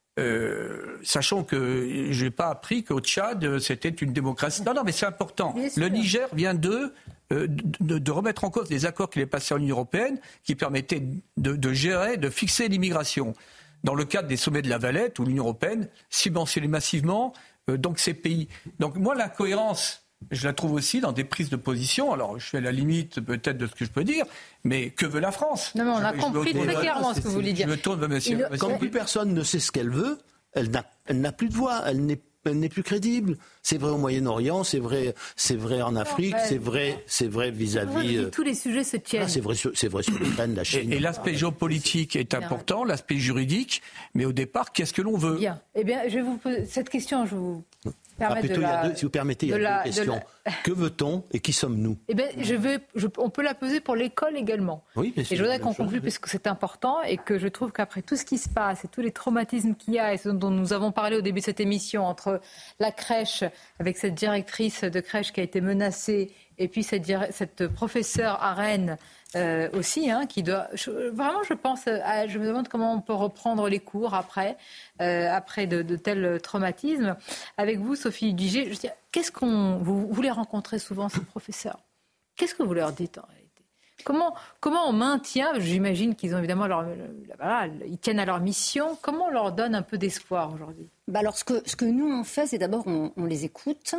Sachant que je n'ai pas appris qu'au Tchad, c'était une démocratie. Non, mais c'est important. Le Niger vient de remettre en cause les accords qu'il est passé en Union européenne qui permettaient de gérer, de fixer l'immigration. Dans le cadre des sommets de la Valette, où l'Union européenne subventionnait massivement donc ces pays. Donc moi, l'incohérence, je la trouve aussi dans des prises de position. Alors, je suis à la limite peut-être de ce que je peux dire, mais que veut la France ? Non, mais on a compris très clairement ce que vous voulez dire. Je me tourne vers monsieur. Quand plus personne ne sait ce qu'elle veut, elle n'a plus de voix, elle n'est plus crédible. C'est vrai au Moyen-Orient, c'est vrai en Afrique, c'est vrai vis-à-vis... Tous les sujets se tiennent. C'est vrai sur l'Ukraine, la Chine. Et l'aspect géopolitique est important, l'aspect juridique, mais au départ, qu'est-ce que l'on veut ? Bien. Eh bien, je vais vous poser cette question, si vous permettez, il y a deux questions. Que veut-on et qui sommes-nous ? Eh bien, on peut la poser pour l'école également. Oui, mais et je voudrais qu'on conclue, puisque c'est important, et que je trouve qu'après tout ce qui se passe, et tous les traumatismes qu'il y a, et ce dont nous avons parlé au début de cette émission, entre la crèche, avec cette directrice de crèche qui a été menacée, et puis cette professeure à Rennes, aussi, qui doit... Vraiment, je me demande comment on peut reprendre les cours après de tels traumatismes. Avec vous, Sophie Dudiger, je veux dire, vous les rencontrez souvent, ces professeurs. Qu'est-ce que vous leur dites en réalité ? Comment on maintient, j'imagine qu'ils ont évidemment ils tiennent à leur mission, comment on leur donne un peu d'espoir aujourd'hui ? Alors, ce que nous, on fait, c'est d'abord, on les écoute.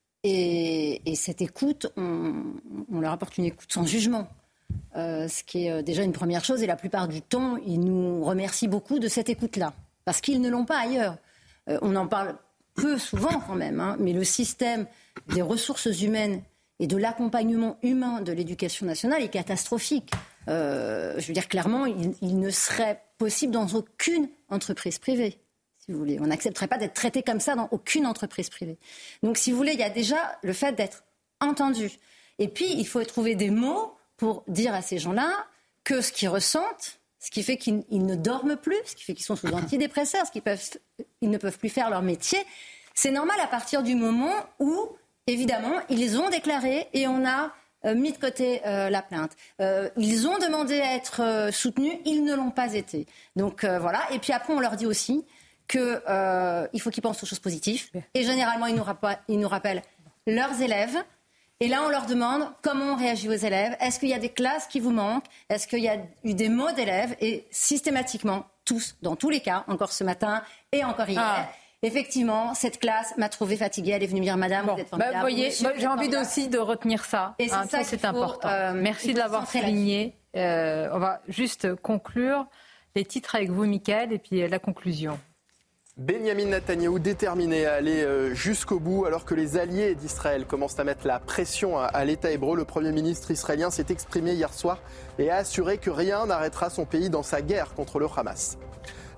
Et cette écoute, on leur apporte une écoute sans jugement. Ce qui est déjà une première chose. Et la plupart du temps, ils nous remercient beaucoup de cette écoute-là. Parce qu'ils ne l'ont pas ailleurs. On en parle peu souvent quand même. Mais le système des ressources humaines et de l'accompagnement humain de l'éducation nationale est catastrophique. Je veux dire clairement, il ne serait possible dans aucune entreprise privée. Si vous voulez. On n'accepterait pas d'être traité comme ça dans aucune entreprise privée. Donc, si vous voulez, il y a déjà le fait d'être entendu. Et puis, il faut trouver des mots pour dire à ces gens-là que ce qu'ils ressentent, ce qui fait qu'ils ne dorment plus, ce qui fait qu'ils sont sous antidépresseurs, ils ne peuvent plus faire leur métier, c'est normal à partir du moment où, évidemment, ils ont déclaré et on a mis de côté la plainte. Ils ont demandé à être soutenus, ils ne l'ont pas été. Donc, voilà. Et puis après, on leur dit aussi qu'il faut qu'ils pensent aux choses positives. Et généralement, ils nous rappellent leurs élèves. Et là, on leur demande comment on réagit aux élèves. Est-ce qu'il y a des classes qui vous manquent ? Est-ce qu'il y a eu des mots d'élèves ? Et systématiquement, tous, dans tous les cas, encore ce matin et encore hier, effectivement, cette classe m'a trouvée fatiguée. Elle est venue me dire, madame, vous êtes formidable. Vous voyez, j'ai envie aussi de retenir ça. Et c'est important. Merci de l'avoir souligné. On va juste conclure les titres avec vous, Mickaël, et puis la conclusion. Benyamin Netanyahou déterminé à aller jusqu'au bout alors que les alliés d'Israël commencent à mettre la pression à l'État hébreu. Le Premier ministre israélien s'est exprimé hier soir et a assuré que rien n'arrêtera son pays dans sa guerre contre le Hamas.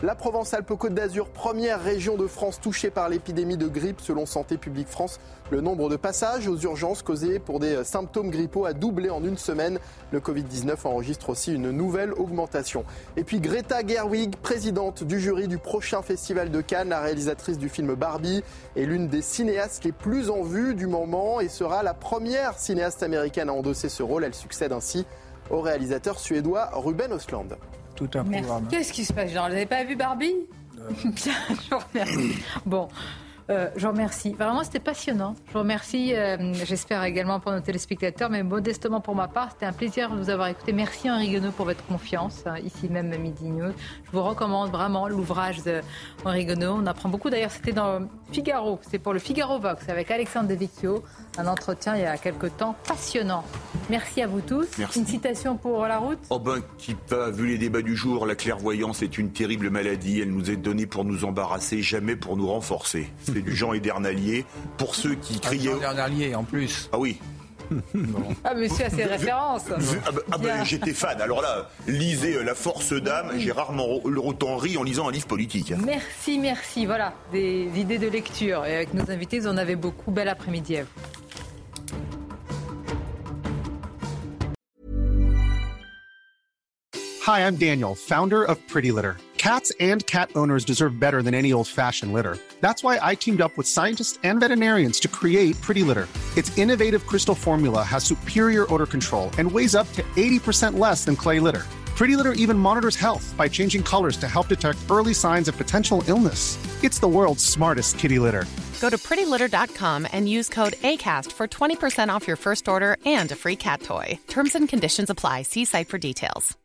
La Provence-Alpes-Côte d'Azur, première région de France touchée par l'épidémie de grippe selon Santé publique France. Le nombre de passages aux urgences causés pour des symptômes grippaux a doublé en une semaine. Le Covid-19 enregistre aussi une nouvelle augmentation. Et puis Greta Gerwig, présidente du jury du prochain festival de Cannes, la réalisatrice du film Barbie, est l'une des cinéastes les plus en vue du moment et sera la première cinéaste américaine à endosser ce rôle. Elle succède ainsi au réalisateur suédois Ruben Östlund. Tout un programme. Qu'est-ce qui se passe, genre, vous n'avez pas vu Barbie? Bien, je vous remercie. Bon. Je vous remercie. Vraiment, c'était passionnant. Je vous remercie. J'espère également pour nos téléspectateurs, mais modestement pour ma part, c'était un plaisir de vous avoir écouté. Merci Henri Guenaud pour votre confiance, ici même à Midi News. Je vous recommande vraiment l'ouvrage d'Henri Guenaud. On apprend beaucoup. D'ailleurs, c'était dans Figaro. C'est pour le Figaro Vox avec Alexandre Devecchio. Un entretien il y a quelques temps passionnant. Merci à vous tous. Merci. Une citation pour la route. Oh ben, qui pas vu les débats du jour, la clairvoyance est une terrible maladie. Elle nous est donnée pour nous embarrasser, jamais pour nous renforcer. C'est du Jean Edernalier. Pour ceux qui criaient... Jean Edernalier en plus. Ah oui. Ah, monsieur a ses références. J'étais fan. Alors là, lisez La Force d'âme. J'ai rarement autant ri en lisant un livre politique. Merci. Voilà, des idées de lecture. Et avec nos invités, vous en avez beaucoup. Bel après-midi à vous. Hi, I'm Daniel, founder of Pretty Litter. Cats and cat owners deserve better than any old-fashioned litter. That's why I teamed up with scientists and veterinarians to create Pretty Litter. Its innovative crystal formula has superior odor control and weighs up to 80% less than clay litter. Pretty Litter even monitors health by changing colors to help detect early signs of potential illness. It's the world's smartest kitty litter. Go to prettylitter.com and use code ACAST for 20% off your first order and a free cat toy. Terms and conditions apply. See site for details.